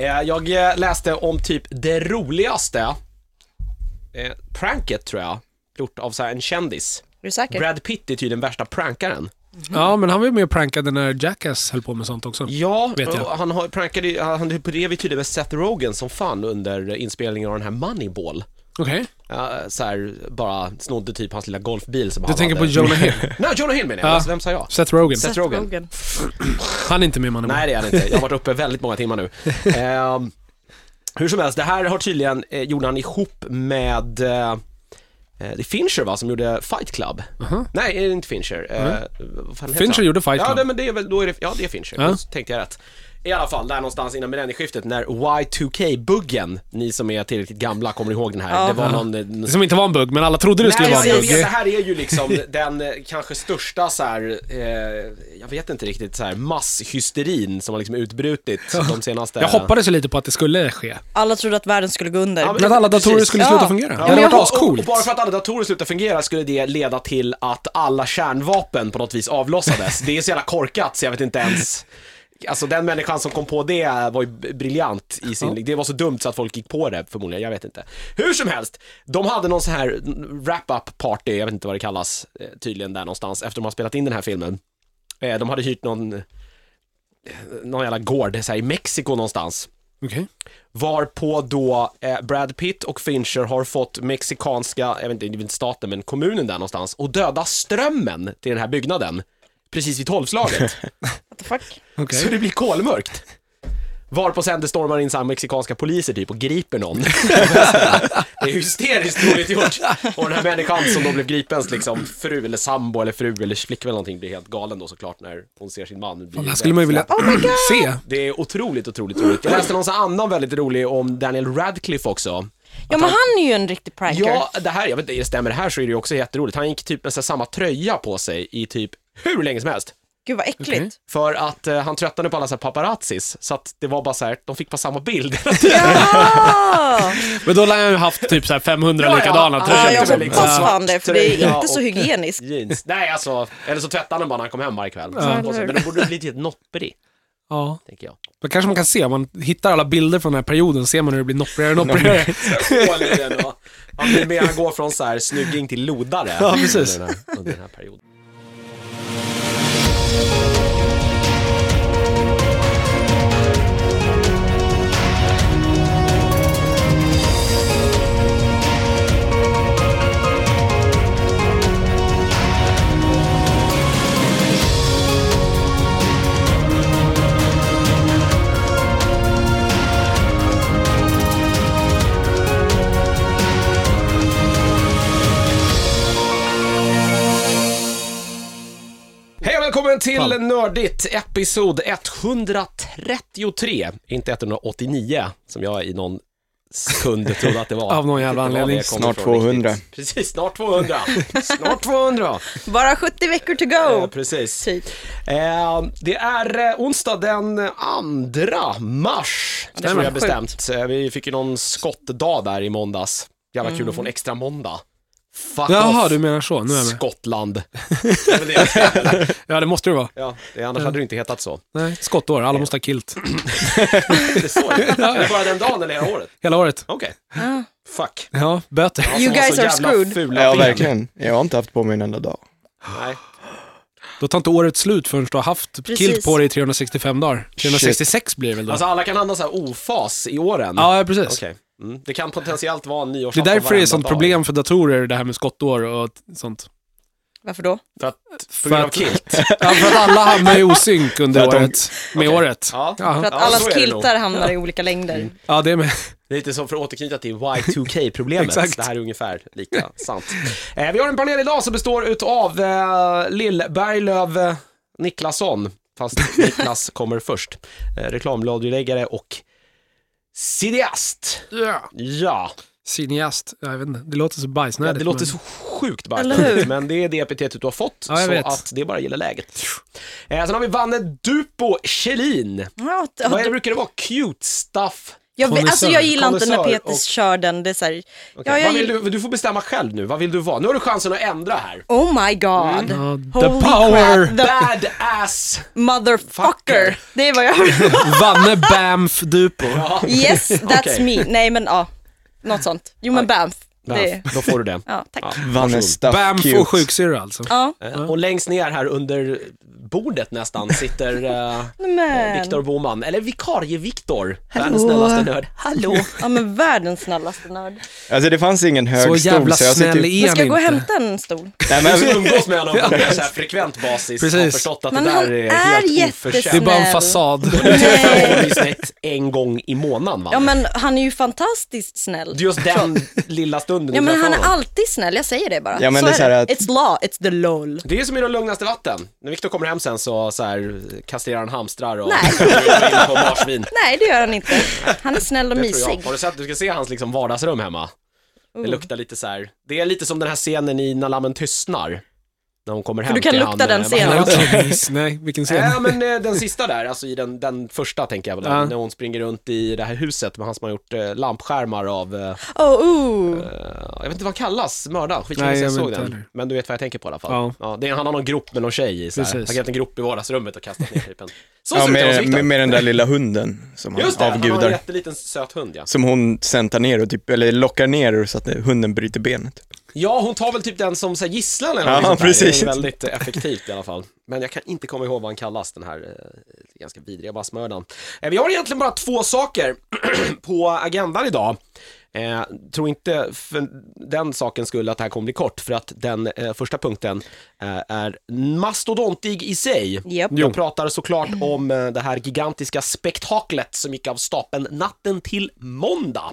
Jag läste om typ det roligaste pranket, tror jag, gjort av så här en kändis. Är du säker? Brad Pitt är tydligen värsta prankaren. Ja, men han var ju med och prankade när Jackass höll på med sånt också. Ja, vet jag. han drev ju tydligen med Seth Rogen som fan under inspelningen av den här Moneyball. Okej. Så här, bara snodde typ hans lilla golfbil som Du tänker på Jonah Hill? Nej, Jonah Hill menar jag. Vem sa jag? Seth Rogen. Seth Rogen. Han är inte med, man. Nej, det är han inte. Jag har varit uppe väldigt många timmar nu. Hur som helst, det här har tydligen gjorde han ihop med det är Fincher, va, som gjorde Fight Club. Nej, är det inte Fincher? Fincher gjorde Fight Club. Ja, men det är väl, då är det, ja, det är Fincher. Då tänkte jag rätt. I alla fall, där någonstans innan millennieskiftet, när Y2K-buggen, ni som är tillräckligt gamla kommer ihåg den här. Det var någon... Som inte var en bugg, men alla trodde det skulle vara en bugg. Det här är ju liksom den kanske största så här, jag vet inte riktigt, så här masshysterin som har liksom utbrutit de senaste... Jag hoppades lite på att det skulle ske. Alla trodde att världen skulle gå under. Ja, men att alla datorer skulle sluta fungera. Ja, det hade varit ascoolt. Och bara för att alla datorer slutar fungera skulle det leda till att alla kärnvapen på något vis avlossades. Det är så jävla korkat så jag vet inte ens... Alltså den människan som kom på det var ju briljant i sin... Det var så dumt så att folk gick på det förmodligen, jag vet inte. Hur som helst, de hade någon så här wrap-up party, jag vet inte vad det kallas, tydligen där någonstans, efter de har spelat in den här filmen. De hade hyrt någon jävla gård så här, i Mexiko någonstans. Okej. Varpå då Brad Pitt och Fincher har fått mexikanska, jag vet inte staten, men kommunen där någonstans, och döda strömmen till den här byggnaden precis vid 12-slaget. What the fuck? Okay. Så det blir kolmörkt. Varpå sen det stormar in så här mexikanska poliser typ och griper någon. Det är hysteriskt roligt gjort. Och den här människan som då blev gripens liksom fru eller sambo eller fru eller flickvän eller någonting blir helt galen då såklart när hon ser sin man. Det här skulle man ju vilja se. Det är otroligt roligt. Jag läste någon annan väldigt rolig om Daniel Radcliffe också. Ja, men han är ju en riktig pranker. Ja, det här, jag vet inte, det stämmer det här så är det ju också jätteroligt. Han gick typ med samma tröja på sig i typ hur länge som helst. Gud vad äckligt. Okay. För att han tröttade på alla så här paparazzis. Så att det var bara så här, de fick på samma bild. Ja! Men då har jag ju haft typ så här 500 likadana tröjor. Ja, jag hoppas fan det, för det är inte så hygieniskt. Jeans. Nej, alltså, eller så tvättade han bara när han kom hem varje kväll. Men det borde bli lite nopprig. Ja, tänker jag. Men kanske man kan se, om man hittar alla bilder från den här perioden, ser man hur det blir nopprigare. Han går från så här snygging till lodare. Ja, precis. Under den här perioden. Välkommen till Nördigt, episod 133, inte 189 som jag i någon sekund trodde att det var. Av någon jävla anledning. Snart 200. Precis, snart 200. Snart 200. Bara 70 veckor to go. Precis. Det är onsdag den 2 mars. Det tror jag bestämt. Vi fick ju någon skottdag där i måndags. Jävla kul att få en extra måndag. Fuck Jaha, off. Du menar så, nu är jag med. Skottland. Ja, det måste det vara. Ja, annars hade det inte hetat så. Nej, skottår, alla måste ha kilt. Det är så. Är det bara den dagen eller hela året? Hela året. Okej. Fuck. Ja, böter. You guys are screwed. Ja, verkligen. Jag har inte haft på mig en enda dag. Nej. Då tar inte året slut förrän du har haft kilt på dig i 365 dagar. 366 blir det väl då. Alltså alla kan hamna så här ofas i åren. Ja, precis. Okej. Det kan potentiellt vara en nyårsafton. Det är därför det är ett sånt problem för datorer, det här med skottår och sånt. Varför då? För att kilt. Ja, för att alla hamnar i osynk under året. Med året. Ja. För att allas kiltar hamnar i olika längder. Ja, det är med. Det är lite som för att återknyta till Y2K-problemet. Exakt. Det här är ungefär lika sant. Vi har en panel idag som består utav Lill Berglöf Niklasson. Fast Niklas kommer först. Reklamradioläggare och cineast. Ja. Cineast, jag vet inte. Det låter så bajsnödigt. Det låter så sjukt bajsnödigt, men det är det epitetet du har fått. Ja, jag vet. Att det bara gäller läget. Sen har vi Vanne Dupo Kjellin. Ja, Vad är det brukar det vara? Cute stuff Jag gillar inte när Kondensör Peter kör den. Det är så här, Okay. Vad vill du får bestämma själv nu. Vad vill du vara? Nu har du chansen att ändra här. Oh my god. The power. Crap. Badass. Motherfucker. Det är vad jag vill. Vanne Bamf Dupo. Yes, that's me. Nej men något sånt. Jo men Bamf. Då får du det. Ja, tack. Vanessa Bamf cute. och sjuksyrra alltså. Ja. Och längst ner här under bordet nästan sitter Viktor Boman. Eller vikarie Viktor. Världens snällaste nörd. Hallå. Ja men världens snällaste nörd. Alltså det fanns ingen hög Så stol. jävla Så jag snäll typ... är Men ska jag gå och inte. hämta en stol? Nej, Du men, umgås med honom på en så här frekvent basis. Precis. Har förstått att Men det han där är är helt Det är oförtjänt. bara en Snäll. fasad. I snitt en gång i månaden, va? Ja men han är ju fantastiskt snäll. Det är just den lilla stunden Ja du men träffar han är honom. alltid snäll, jag säger det bara. Ja, men det är så här att- It's law, it's the law. Det är som i de lugnaste vatten. När Viktor kommer hem sen så här, kastrerar han hamstrar och Nej. in på marsvin. Nej det gör han inte. Han är snäll och Det tror jag. mysig. Har du sett, du ska se hans liksom vardagsrum hemma. Det luktar lite så här. Det är lite som den här scenen i När lammen tystnar. När hon kommer hem du kan till lukta den scenen. Han har inte miss. Nej, vilken scen. Ja, men den sista där, alltså i den första tänker jag väl, Ja. när hon springer runt i det här huset med han som har gjort lampskärmar av, jag vet inte vad han kallas, mördaren, Nej, skitlänge sedan jag jag såg vet den. inte heller. Men du vet vad jag tänker på i alla fall. Ja. Ja, det är, han har någon grop med någon tjej i så här. Precis. Han har grävt en grop i vardagsrummet och kastat ner typen. Så ja, ser det ut hos med, Viktor. med den där lilla hunden som Just han det, han har en avgudar. jätteliten söt hund, ja. Som hon sen tar ner och typ, eller lockar ner så att hunden bryter benet. Ja, hon tar väl typ den som så här, gisslan eller Ja, något sånt där. precis. Det är väldigt effektivt i alla fall. Men jag kan inte komma ihåg vad han kallas, den här ganska vidriga bassmördaren. Vi har egentligen bara 2 saker på agendan idag. Tror inte för den saken skulle att det här kommer bli kort, för att den första punkten är mastodontig i sig. Yep. Jag pratar såklart om det här gigantiska spektaklet som gick av stapeln natten till måndag.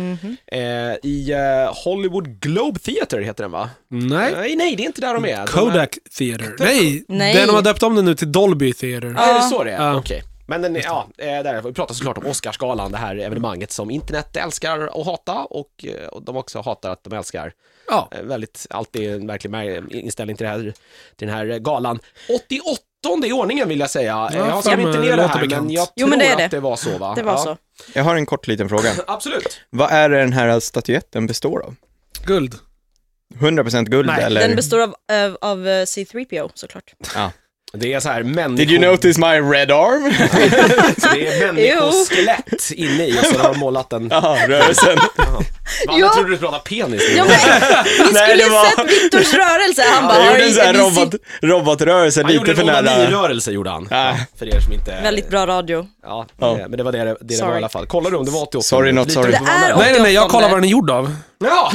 I Hollywood Globe Theater heter den, va? Nej. Nej, det är inte där de är. Kodak Theater. Nej. Den har döpt om den nu till Dolby Theater. Ja, är det så det är? Ja. Okej. Men den, där, vi pratar såklart om Oscarsgalan, det här evenemanget som internet älskar att hata och de också hatar att de älskar. Ja. Väldigt, alltid en verklig inställning till den här galan. 88:e i ordningen vill jag säga. Jag har skrivit inte ner det låter här, bekant. men jag Jo, tror men det är det. att det var så, va? Det var Ja, så. Jag har en kort liten fråga. Absolut. Vad är det den här statyetten består av? Guld. 100% guld Nej, eller? Den består av C3PO såklart. Ja. Det är så här Did you notice my red arm? Det är människoskelett inne i och så har de målat den. Ja, rörelsen. Jag Ja. trodde du pratade penis. Ja, men, ni Nej, skulle det var- sett Viktors rörelse. Han bara, Jag gjorde en sån här "Har ni robotrörelse Han gjorde lite för en nära. onanirörelse gjorde han. Ja. För er som inte... väldigt bra radio. Ja, Ja. men det var det var i Sorry. alla fall. Kollar du om det var 88? Sorry, not Lite sorry. förvånad. Det är Nej, jag 88:e. kollar vad den är gjord av. Ja!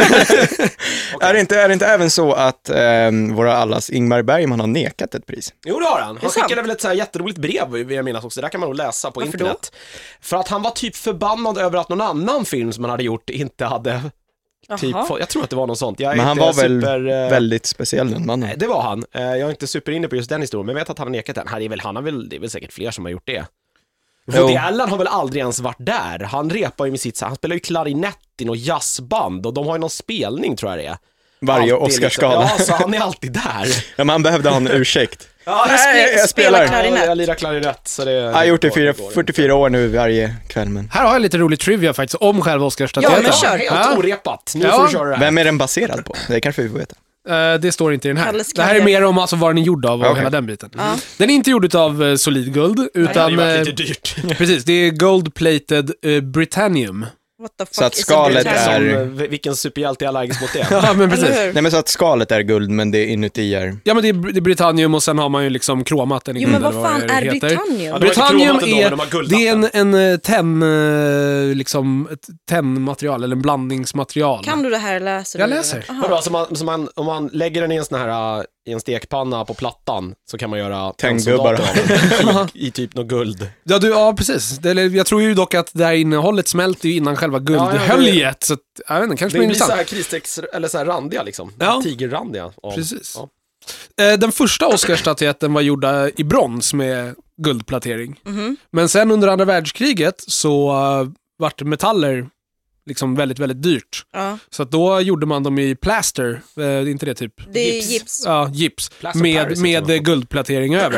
Är det inte även så att våra allas Ingmar Bergman har nekat ett pris? Jo, det har han. Han sant? skickade väl ett så här jätteroligt brev, vill jag minnas också. Det där kan man nog läsa på Varför internet. För att han var typ förbannad över att någon annan film som han hade gjort inte hade typ... Jaha. Jag tror att det var något sånt. Jag är Men han inte var väl super, väldigt speciell den mannen. Nej, det var han. Jag är inte super inne på just den historien, men jag vet att han har nekat den. Det är väl säkert fler som har gjort det. Woody Allen har väl aldrig ens varit där. Han repar ju med sitt, han spelar ju klarinett i något jazzband och de har ju någon spelning, tror jag det är. Varje Alltid Oscarsgala. Liksom. Ja, så han är alltid där. Ja, men han behövde ha en ursäkt. Ja, Nej, jag Spela spelar. klarinett. Jag lirar klarinett, så det... Jag har gjort det i 44 år nu varje kväll, men... Här har jag lite rolig trivia faktiskt om själva Oscarsstatyetten. Ja, men kör. Helt orepat. Nu Ja. får du köra det här. Vem är den baserad på? Det kanske vi får veta. Det står inte i den här. Kalles Det här är mer om alltså vad den är gjord av och Okej. hela den biten. Den är inte gjord av solidguld, Det utan... hade ju varit lite dyrt. precis, det är gold-plated Britannium. What the fuck Så att is a skalet Britannia? är- Vilken superhjälte är allergisk mot det? Ja, men precis. Eller hur? Nej, men så att skalet är guld, men det inuti är... Ja, men det är Britannium och sen har man ju liksom kromat den i Jo, guld, men vad eller fan det är heter. Britannium? Ja, de har inte Britannium kromat den då, men de har är, guldat det är den. en tenn, liksom ett tennmaterial eller en blandningsmaterial. Kan du det här, läser Jag du? läser. Aha. Vadå, om man lägger den i en sån här i en stekpanna på plattan så kan man göra Tenngubbar. tennsoldater av den i typ något guld. Ja, precis. Jag tror ju dock att det här innehållet smälter ju innan själva guldhöljet. Så att, jag vet inte, kanske Det blir blir så intressant. här kristex, eller så här randiga liksom. Ja. Tigerrandiga. Precis. Ja. Den första Oscarsstatyetten var gjorda i brons med guldplatering. Men sen under andra världskriget så vart metaller liksom väldigt, väldigt dyrt. Ja. Så att då gjorde man dem i plaster, inte det typ? Det är gips. Ja, gips. Plaster Paris, Med heter det. guldplatering över.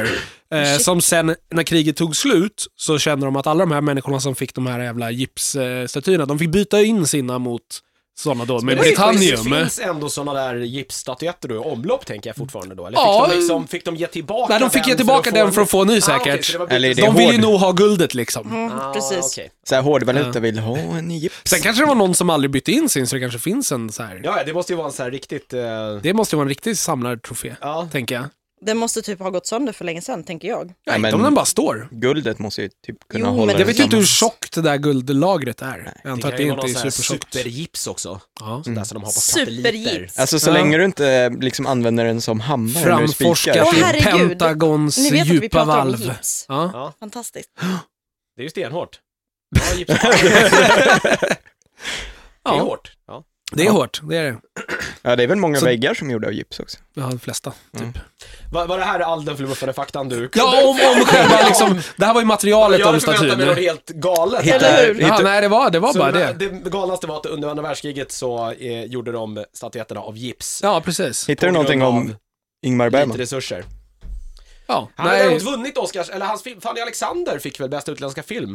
Som sen, när kriget tog slut, så kände de att alla de här människorna som fick de här jävla gipsstatyerna, de fick byta in sina mot sådana då, med Britannium. Det finns ändå sådana där gipsstatyetter då i omlopp, tänker jag fortfarande då. Eller fick de ge tillbaka? Nej, de fick ge tillbaka den för att få ny säkert. Eller de vill ju nog ha guldet liksom. Precis. Okay. Så här hårdvaluta vill ha en gips. Sen kanske det var någon som aldrig bytte in sin, så det kanske finns en så här. Ja, det måste ju vara en så här riktigt... Det måste ju vara en riktig samlartrofé, tänker jag. Den måste typ ha gått sönder för länge sedan, tänker jag. Ja, men om den bara står. Guldet måste ju typ kunna Jo, hålla men Jag vet ju inte hur tillsammans. tjockt det där guldlagret är. Jag antar att det inte är supertjockt. Supergips också. Ja. Sånt där som de har på satelliter. Supergips. Alltså så länge du inte liksom använder den som hammare eller Framforskat spikar. Åh, i herregud. Pentagons Ni vet att vi djupa pratar om valv. gips. Ja. Fantastiskt. Det är ju stenhårt. Ja, gips. Det är hårt. Ja. Det är hårt, det är det. Ja, det är väl många Så- väggar som är gjorda av gips också. Ja, de flesta, typ. Var det här all den förluffande faktan du kunde? Ja, om själva liksom, det här var ju materialet om Jag förväntade mig något statyn. helt galet. Eller hur? Ja, nej, det var Så bara det. Det galnaste var att under andra världskriget så gjorde de statyetterna av gips. Ja, precis. Hittar du På grund någonting om av Ingmar lite Bergman? resurser. Ja, Han har nej. däremot vunnit Oscars, eller hans film, Fanny Alexander fick väl bästa utländska film.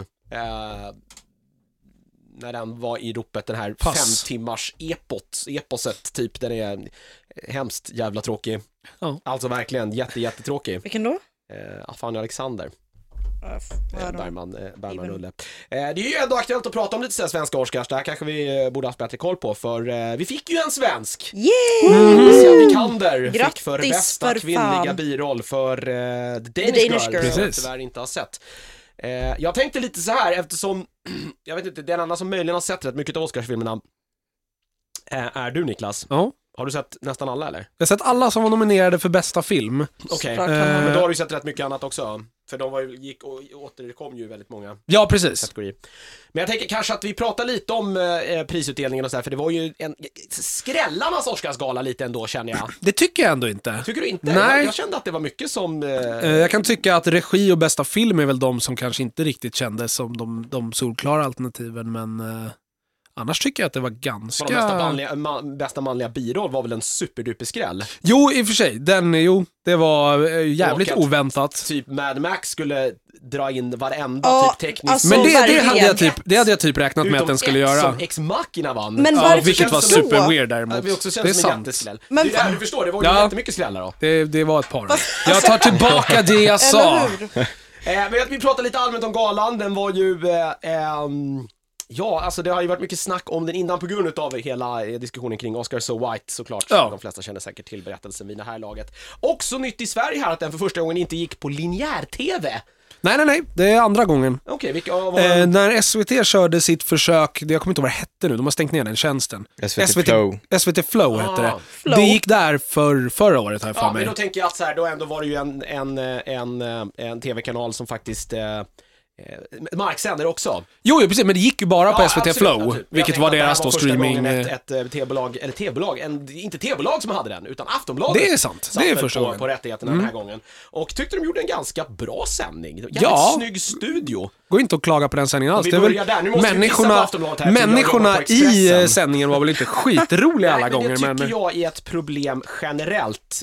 När den var i ropet, den här Pass. 5 timmars eposet typ, den är hemskt jävla tråkig. Ja. Alltså verkligen jättetråkig. Vilken då? Fanny Alexander. Vad då? Bergman-rulle. Det är ju ändå aktuellt att prata om lite så här svenska Oscars. Det här kanske vi borde ha haft bättre koll på, för vi fick ju en svensk. Yay! Alicia Vikander fick Grattis för bästa för kvinnliga fan. biroll för The Danish Danish Girl, Girl. som jag Precis. tyvärr inte har sett. Jag tänkte lite så här, eftersom jag vet inte, den enda som möjligen har sett rätt mycket av Oscarsfilmerna är du, Niklas. Ja. Har du sett nästan alla, eller? Jag har sett alla som var nominerade för bästa film. Okej, Såklart. men då har du sett rätt mycket annat också. För de gick och återkom ju väldigt många Ja, precis. kategorier. Men jag tänker kanske att vi pratar lite om prisutdelningen och så här, för det var ju en skrällarnas Oscarsgala lite ändå, känner jag. Det tycker jag ändå inte. Tycker du inte? Nej. Jag kände att det var mycket som... Jag kan tycka att regi och bästa film är väl de som kanske inte riktigt kändes som de solklara alternativen, men annars tycker jag att det var ganska... Bästa manliga biroll var väl en superduper skräll. Jo, i och för sig. Det var jävligt Och att oväntat. Typ Mad Max skulle dra in varenda typ teknisk... alltså, Men det verkligen. hade jag typ räknat med att den skulle göra. som Ex Machina vann. Men Ja, varför vilket var så? super weird däremot. Det också Det är känns som en sant. jätteskräll. Men det är det du förstår, det var ju Ja. jättemycket skrällar då. Det var ett par. Jag tar tillbaka det jag sa. Eller hur? Men vi pratar lite allmänt om galan, den var ju... Ja, alltså det har ju varit mycket snack om den innan på grund av hela diskussionen kring Oscar So White, såklart. Ja. De flesta känner säkert till berättelsen vid det här laget. Också nytt i Sverige här att den för första gången inte gick på linjär-tv. Nej, det är andra gången. Okej, När SVT körde sitt försök, jag kommer inte ihåg vad det hette nu, de har stängt ner den tjänsten. SVT Flow hette det. Flow. Det gick där förra året har jag för Ja, mig. men då tänker jag att så här, då ändå var det ju en tv-kanal som faktiskt marksänder också. Jo, precis, men det gick ju bara på SVT absolut, Flow, absolut. vilket Jag var tänkte att deras det då här var första streaming. gången ett tv-bolag, eller tv-bolag, inte tv-bolag som hade den, utan Aftonbladet. Det är sant, det är satt första på, gången. på rättigheterna den här gången. Och tyckte de gjorde en ganska bra sändning. Jävligt Ja. snygg studio. Går inte att klaga på den sändningen alls. vi Det är väl börjar där. Nu måste vi visa på Aftonbladet här, för jag människorna jobbar på Expressen. i sändningen var väl inte skitroliga alla Nej, men gånger. det tycker jag är ett problem generellt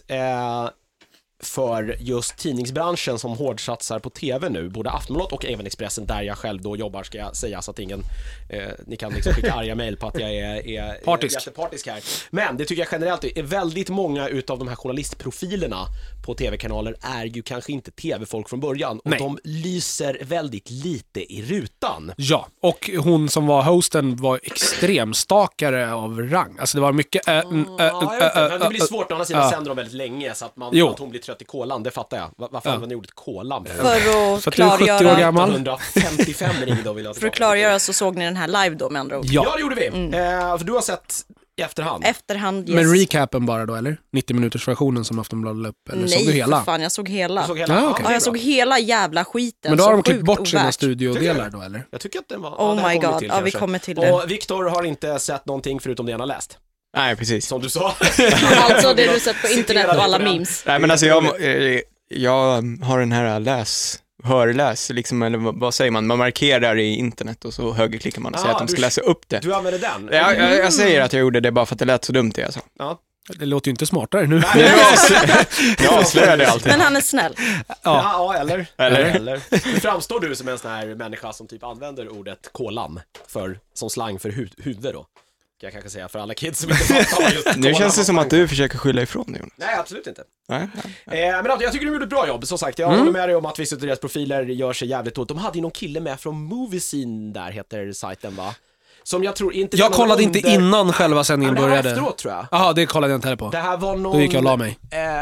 för just tidningsbranschen som hårdsatsar på tv nu, både Aftonbladet och även Expressen, där jag själv då jobbar, ska jag säga, så att ingen ni kan liksom skicka arga mejl på att jag är jättepartisk här. Men det tycker jag generellt är väldigt många utav de här journalistprofilerna på tv-kanaler är ju kanske inte tv-folk från början, och Nej. de lyser väldigt lite i rutan. Ja, och hon som var hosten var extremstakare av rang. Alltså det var mycket... Jag vet inte, men det blir svårt, å andra sidan sänder de väldigt länge, så att hon blir trött i kolan, det fattar jag. Varför använder ordet kolan? För För att att du är 70 år klargöra, gammal. 155 ringde då, vill jag för att klargöra så såg ni den här live då, med andra ord. Ja, det gjorde vi. För du har sett i efterhand. Efterhand, yes. Men recapen bara då, eller? 90-minuters versionen som Aftonbladet la upp, eller såg du Nej, hela? för fan, jag såg hela. Du såg hela? Ja, okej. det är Ja, jag bra. såg hela jävla skiten. Men då har så de klippt sjukt bort sina ovärt. studiodelar då, eller? Jag tycker att den var... Oh den my kommer god, till, ja, vi kanske. kommer till det. Och Viktor har inte sett någonting förutom det han har läst, Nej, precis. som du sa. Alltså det du sett på internet och alla Citera memes. Nej, men alltså jag har den här hörläs, liksom, eller vad säger man? Man markerar i internet och så högerklickar man och säger att de ska läsa upp det. Du använder den? Jag säger att jag gjorde det bara för att det lät så dumt det jag sa. Ja. Det låter ju inte smartare nu. Jag avslöjade alltid. Men han är snäll. Ja, eller. Hur framstår du som en sån här människa som typ använder ordet kolan som slang för huvud då? Jag kanske säga för alla kids som inte fattar just Nu känns det som att du försöker skylla ifrån dig, Jonas. Nej, absolut inte. Nej. Men jag tycker du gjorde ett bra jobb, som sagt. Jag håller med dig om att vissa av deras profiler gör sig jävligt dåligt. De hade ju någon kille med från Moviescene där, heter sajten, va? Som jag tror inte... Jag kollade inte innan själva sändningen började. Det här efteråt, tror jag. Jaha, det kollade jag inte heller på. Det här var någon... Då gick jag och la mig.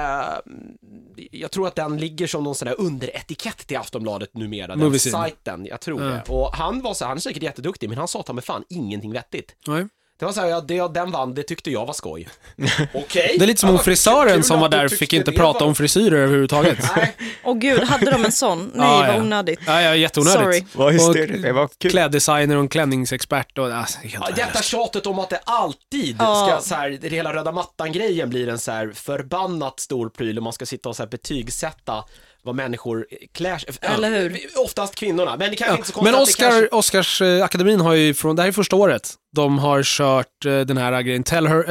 Jag tror att den ligger som någon sån där underetikett till Aftonbladet numera, den Moviescene. sajten, jag tror det. Och han är säkert jätteduktig, men han sa ta med fan ingenting vettigt. Nej. Det var så här, den vann, det tyckte jag var skoj. Okej. Det är lite som om frisören som var där fick inte prata om frisyrer överhuvudtaget. Nej. Åh gud, hade de en sån? Nej, vad onödigt. Ja, jätteonödigt. Sorry. Vad hysteriskt, det var kul. Kläddesigner och en klänningsexpert och helt Detta tjatet om att det alltid ska så här, det hela röda mattan-grejen blir en så här förbannat stor pryl och man ska sitta och så här betygsätta vad människor klär sig. Eller hur? Oftast kvinnorna, men det kanske inte så konstigt. Men Oscarsakademin har ju det här är första året. De har kört den här grejen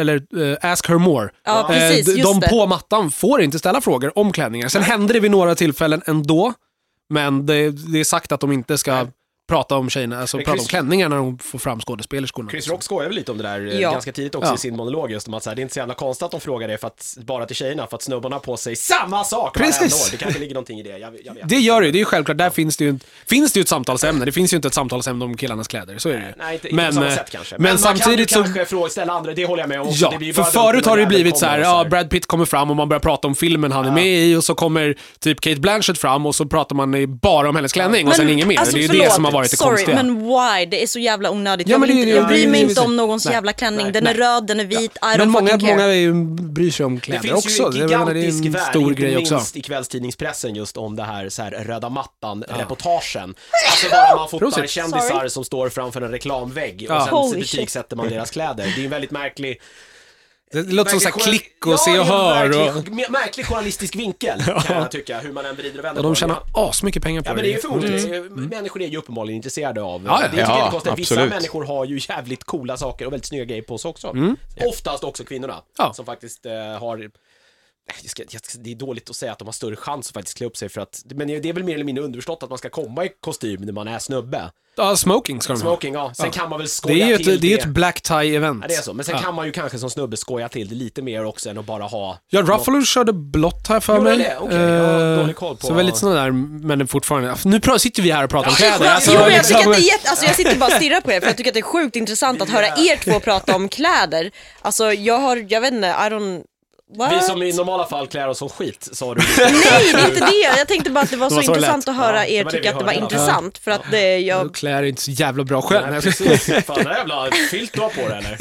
Ask Her More. Ja, precis, just de det. på mattan får inte ställa frågor om klänningar. Sen händer det vid några tillfällen ändå, men det är sagt att de inte ska prata om tjejerna, alltså prata om klänningar när de får fram skådespelerskorna. Chris Rock skojar väl lite om det där ganska tidigt också i sin monolog, just om att så här, det är inte så jävla konstigt att de frågar det för att, bara till tjejerna, för att snubbarna har på sig samma sak varje år. Det kanske ligger någonting i det, jag vet. Det gör det, det är ju självklart, där finns det ju ett samtalsämne. Det finns ju inte ett samtalsämne om killarnas kläder, så är det ju. Nej, inte på samma sätt kanske. Men samtidigt man kan ju kanske ställa andra, det håller jag med om också. Ja, det blir för förut har det blivit så här, Brad Pitt kommer fram och man börjar prata om filmen han är med i, och så kommer typ Kate Blanchett fram och så pratar man bara om hennes klänning och sen inget mer. Alltså, det är ju det som har varit det konstiga. Men why? Det är så jävla onödigt. Ja, Jag bryr mig inte om någons jävla klänning. Den är röd, den är vit, I men don't fucking care. många bryr sig om kläder också. Det finns ju en gigantisk det är en värld, stor grej inte också. minst i kvällstidningspressen, just om det här, så här röda mattan-reportagen. Alltså bara man fotar kändisar som står framför en reklamvägg och sen betygsätter man deras kläder. Det är en väldigt märklig... Det låter som så här klick och se och hör. Märklig journalistisk vinkel, kan jag tycka, hur man än vrider och vänder och de tjänar asmycket pengar på det. Ja, men det är ju förmodligen, människor är ju uppenbarligen intresserade av. Det är inte konstigt. Vissa människor har ju jävligt coola saker och väldigt snygga grejer på sig också. Oftast också kvinnorna, som faktiskt har... Det är dåligt att säga att de har större chans att faktiskt klä upp sig, för att, men det är väl mer eller mindre underförstått att man ska komma i kostym när man är snubbe. Ja, smoking ska de ha. Smoking, ja. Sen kan man väl skoja till det. Det är ett black tie-event. Ja, det är så. Men sen kan man ju kanske som snubbe skoja till det lite mer också än att bara ha... Ja, Ruffalo körde blått här för mig. Det? Okay. Jag har dålig koll på... Så väldigt sådana där, men fortfarande... Nu sitter vi här och pratar om kläder. Alltså, jag tycker att det är jag sitter bara och stirrar på er, för jag tycker att det är sjukt intressant att höra er två prata om kläder. Alltså, jag vet inte, What? Vi som i normala fall klär oss som skit, sa du. Nej, det är inte det. Jag tänkte bara att det var så intressant att höra er tycka att det var intressant. För att jag... Du klär inte så jävla bra själv. Nej, precis. Fan, det jävla filt du har på det, eller?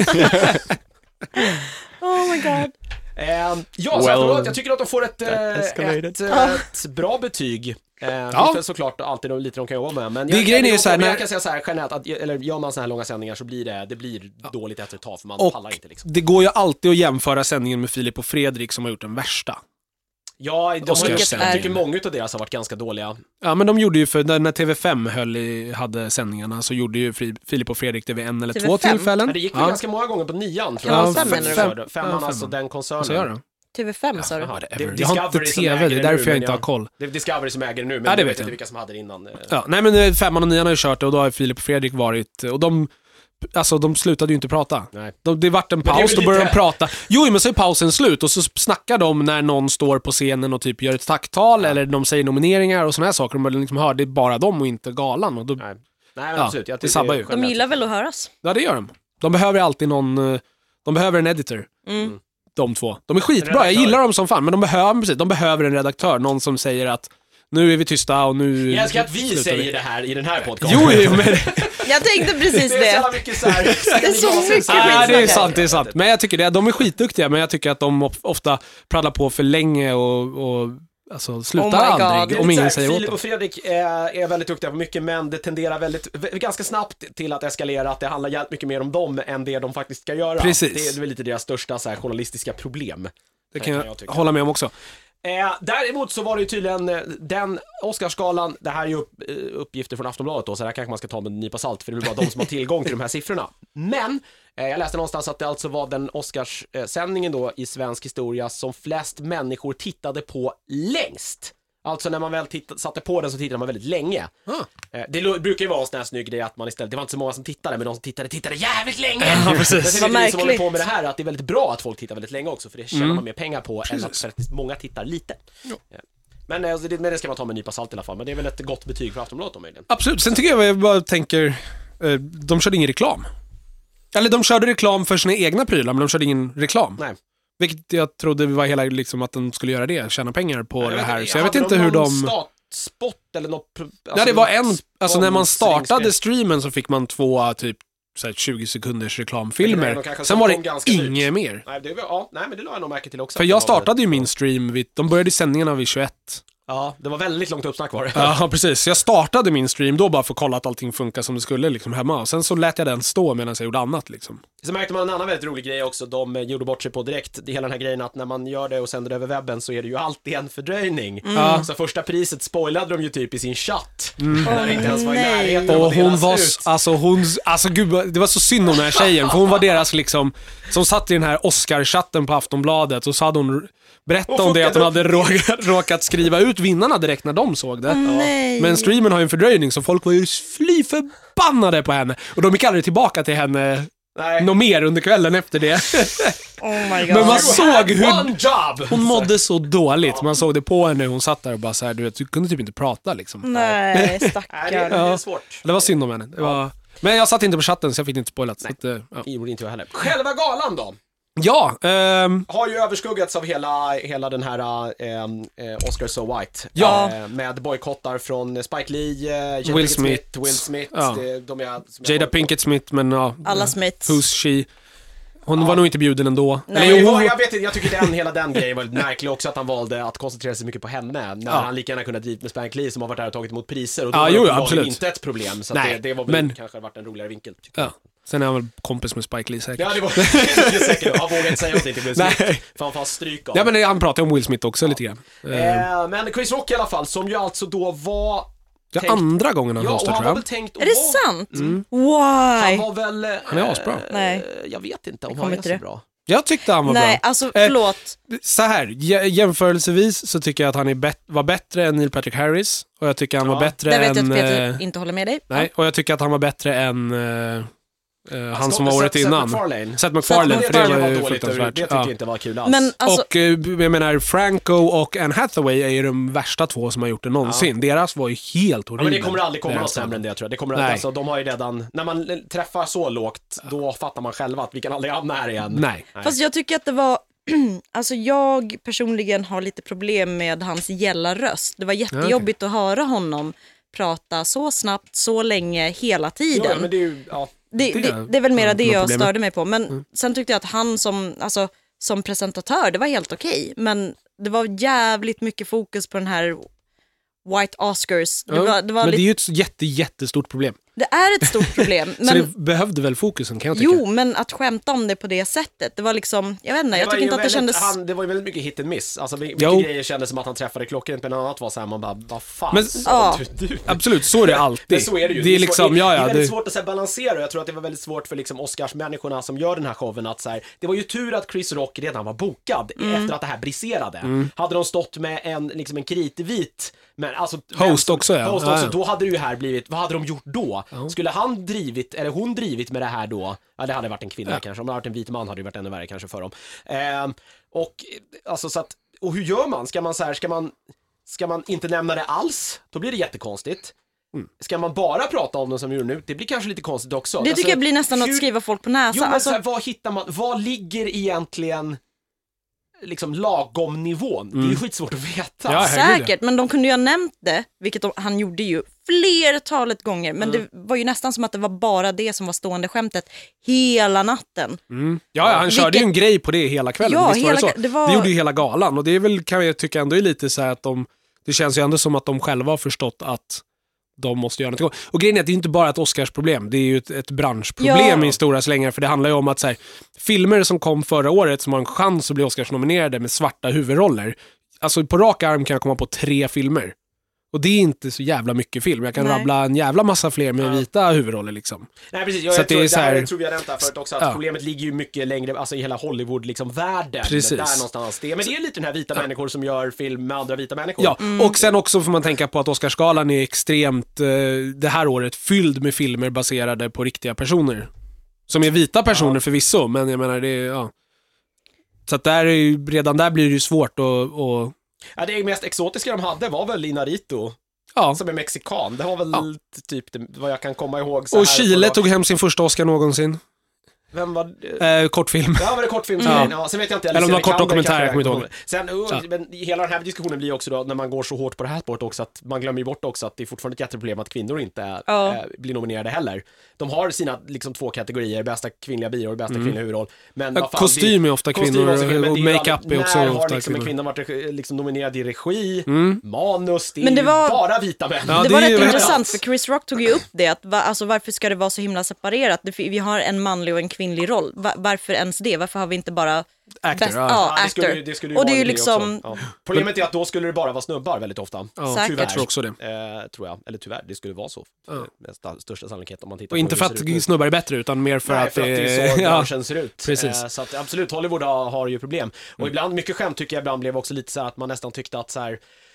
Oh my god. Jag tycker att de får ett bra betyg. Det finns såklart alltid lite de kan jobba med, men jag kan säga så här generellt att, eller gör man så här långa sändningar så blir det blir dåligt efter ett tag, för man pallar inte liksom. Det går ju alltid att jämföra sändningen med Filip och Fredrik som har gjort den värsta. Ja, jag tycker många av deras har varit ganska dåliga. Ja, men de gjorde ju, för när TV5 hade sändningarna så gjorde ju Filip och Fredrik det vid en eller två tillfällen. Men det gick ju ganska många gånger på 9:an. Femman, alltså den koncernen. Så gör det. TV5 sa du? Jag har inte TV, det är därför jag inte har koll. Det är Discovery som äger det nu, men jag vet inte vilka som hade det innan. Ja, nej, men 5:an och 9:an har ju kört det, och då har Filip och Fredrik varit, och de slutade ju inte prata. Det vart en paus, då började de prata. Jo, men så är pausen slut, och så snackar de när någon står på scenen och typ gör ett tacktal, eller de säger nomineringar och såna här saker. De börjar liksom höra, det är bara dem och inte galan. Och då, nej, men absolut. Det sabbar ju. De gillar väl att höras? Ja, det gör de. De behöver alltid de behöver en editor. De två. De är skitbra, jag gillar dem som fan, men de behöver en redaktör, någon som säger att nu är vi tysta och nu... Jag älskar att vi säger det här i den här podcasten. Jo, men... Jag tänkte precis det. Det är så mycket så här... Det är så mycket det är sant. Men jag tycker det. De är skitduktiga, men jag tycker att de ofta pratar på för länge och alltså slutar aldrig om ingen säger åt dem. Filip och Fredrik är väldigt duktiga på mycket, men det tenderar ganska snabbt till att eskalera, att det handlar jävligt mycket mer om dem än det de faktiskt ska göra. Precis. Det är väl lite deras största så här, journalistiska problem. Det kan jag hålla med om också. Däremot så var det ju tydligen den Oscarsgalan, det här är ju uppgifter från Aftonbladet då, så där kanske man ska ta med en nypa salt, för det är bara de som har tillgång till de här siffrorna. Men jag läste någonstans att det alltså var den Oscarssändningen då i svensk historia som flest människor tittade på längst. Alltså när man väl satte på den så tittade man väldigt länge. Det brukar ju vara en sån här snygg grej att man istället, det var inte så många som tittade, men de som tittade jävligt länge. Ja, precis. Det är som håller på med det här, att det är väldigt bra att folk tittar väldigt länge också, för det tjänar man mer pengar på än att faktiskt många tittar lite. Men det ska man ta med en nypa salt i alla fall, men det är väl ett gott betyg för Aftonbladet om möjligen. Absolut, sen tycker jag bara tänker, de körde ingen reklam. Eller de körde reklam för sina egna prylar, men de körde ingen reklam. Nej. Vilket jag trodde var hela liksom att de skulle göra det, tjäna pengar på det här. Så jag vet inte hur de... Spot eller något... Ja, det var alltså när man startade streamen så fick man 2 typ 20 sekunders reklamfilmer. Sen var det inget mer. Nej, men det la jag nog märke till också. För jag startade ju min stream, de började sändningarna vid 21. Ja, det var väldigt långt uppsnack var det. Ja, precis. Jag startade min stream då bara för att kolla att allting funkar som det skulle liksom hemma. Och sen så lät jag den stå medan jag gjorde annat liksom. Så märkte man en annan väldigt rolig grej också. De gjorde bort sig på direkt. Det hela den här grejen att när man gör det och sänder det över webben så är det ju alltid en fördröjning. Så första priset spoilade de ju typ i sin chatt. När det inte ens var i närheten. Och hon var, alltså gud, det var så synd om den här tjejen. För hon var deras liksom, som satt i den här Oscar-chatten på Aftonbladet. Och så hade hon berättat om det att hon hade råkat skriva ut vinnarna direkt när de såg det. Men streamen har ju en fördröjning så folk var ju fly förbannade på henne. Och de gick aldrig tillbaka till henne något mer under kvällen efter det. Oh my God. Men man såg hur hon mådde så dåligt. Man såg det på henne, hon satt där och bara så här, du kunde typ inte prata liksom. Nej, stackar. Det är svårt. Det var synd om henne. Men jag satt inte på chatten så jag fick inte spoilat. Det gjorde inte jag heller. Själva galan då? Ja, har ju överskuggats av hela den här Oscar So White. Med bojkottar från Spike Lee, Will Smith. Ja. Jada Pinkett Smith, men alla Smiths. Who's she? Hon var nog inte bjuden ändå. Jag vet inte, jag tycker hela den grejen var märklig också, att han valde att koncentrera sig mycket på henne när han lika gärna kunde dit med Spike Lee som har varit där och tagit emot priser, och då var det inte ett problem, så det var väl kanske varit en roligare vinkel. Sen är han väl kompis med Spike Lee säkert. Ja, det var säkert. Jag vågar inte säga någonting till Will Smith. Fan, fan stryk av. Ja, men han pratade om Will Smith också lite grann. Men Chris Rock i alla fall, som ju alltså då var... andra gången han hostar, tror jag. Är det sant? Why? Han var väl... Han är asbra. Nej. Jag vet inte om han är så bra. Jag tyckte han var bra. Nej, alltså förlåt. Så här, jämförelsevis så tycker jag att han var bättre än Neil Patrick Harris. Och jag tycker han var bättre än... Jag vet att Peter inte håller med dig. Nej, och jag tycker att han var bättre än... han som var året innan. Seth MacFarlane, för det var ju fruktansvärt. Det tycker jag inte var kul alls. Men, alltså... Och jag menar, Franco och Anne Hathaway är ju de värsta två som har gjort det någonsin. Deras var ju helt horribla. Men det kommer aldrig komma något sämre än det, tror jag. Det kommer alltså, de har ju redan, när man träffar så lågt, då fattar man själva att vi kan aldrig hamna här igen. Nej. Fast jag tycker att det var... Alltså jag personligen har lite problem med hans gälla röst. Det var jättejobbigt att höra honom prata så snabbt, så länge, hela tiden. Ja, men det är ju... Det är väl mera det jag störde mig på. Men sen tyckte jag att han som presentatör, det var helt okej. Men det var jävligt mycket fokus på den här White Oscars. Det var men det är ju ett jättestort problem. Det är ett stort problem. Men... Så det behövde väl fokusen, kan jag tycka. Jo, men att skämta om det på det sättet, det var liksom, jag vet inte, jag tycker inte att det kändes... Det var ju väldigt mycket hit and miss. Alltså mycket grejer kändes som att han träffade klockrent, men annat var så här, man bara, vad fan. Men, absolut, så är det alltid. Men så är det ju. Det är liksom, det är väldigt svårt att så här, balansera, och jag tror att det var väldigt svårt för liksom Oscars-människorna som gör den här showen att så här, det var ju tur att Chris Rock redan var bokad efter att det här briserade. Hade de stått med en kritvit, men alltså host också, då hade det ju här blivit, vad hade de gjort då? Skulle han drivit, eller hon drivit med det här då? Ja, det hade varit en kvinna kanske. Om det hade varit en vit man hade det varit ännu värre kanske för dem. Och alltså så att, och hur gör man? Ska man inte nämna det alls? Då blir det jättekonstigt. Ska man bara prata om dem som gör nu? Det blir kanske lite konstigt också. Det tycker jag blir nästan att skriva folk på näsan. Jo, men så här, vad hittar man? Vad ligger egentligen liksom lagom nivån? Det är ju skitsvårt att veta. Ja, säkert, men de kunde ju ha nämnt det, vilket han gjorde ju flertalet gånger, men det var ju nästan som att det var bara det som var stående skämtet hela natten. Ja, han körde ju en grej på det hela kvällen. Ja, visst var det så? Det gjorde ju hela galan, och det är väl, kan jag tycka ändå är lite så här att det känns ju ändå som att de själva har förstått att de måste göra något. Och grejen är att det är inte bara ett Oscarsproblem, det är ju ett branschproblem i stora slängar, för det handlar ju om att så här, filmer som kom förra året som har en chans att bli Oscarsnominerade med svarta huvudroller, alltså på rak arm kan jag komma på 3 filmer. Och det är inte så jävla mycket film. Jag kan rabbla en jävla massa fler med vita huvudroller liksom. Nej, precis. Jag tror vi har nämnt förut också att problemet ligger ju mycket längre, alltså i hela Hollywood liksom världen. Precis. Där någonstans. Men det är lite den här vita människor som gör film med andra vita människor. Ja, och sen också får man tänka på att Oscarsgalan är extremt det här året fylld med filmer baserade på riktiga personer. Som är vita personer förvisso, men jag menar det är, så att där är ju, redan där blir det ju svårt att Ja, det mest exotiska de hade var väl Inarito. Som är mexikan. Det var väl typ vad jag kan komma ihåg. Så och här Chile tog hem sin första Oscar någonsin. Vem var kortfilm. Ja, var det kortfilm? Ja, sen vet jag inte. Eller om det var kort dokumentär, jag kommer inte ihåg. Sen, men hela den här diskussionen blir också då, när man går så hårt på det här spåret också, att man glömmer ju bort också att det är fortfarande ett jätteproblem att kvinnor inte blir nominerade heller. De har sina liksom 2 kategorier, bästa kvinnliga biroll, bästa kvinnliga huvudroll. Men kostym är ofta kvinnor och make-up är också ofta kvinnor. När har liksom en kvinna varit liksom nominerad i regi, manus, det är bara vita män. Ja, det var rätt intressant, för Chris Rock tog ju upp det, att alltså, varför ska det vara så himla separerat? Vi har en manlig och en kvinnlig roll. Varför ens det? Varför har vi inte bara actor? Actor. Det skulle och det är ju liksom problemet är att då skulle det bara vara snubbar väldigt ofta. Säkert. Jag tror också det. Tror jag. Eller tyvärr, det skulle vara så. Med största sannolikhet om man tittar och på inte för att snubbar är bättre, utan mer för att det är så branschen ser ut. Precis. Så att absolut, Hollywood har ju problem. Och ibland, mycket skämt tycker jag ibland blev också lite så här att man nästan tyckte att så här,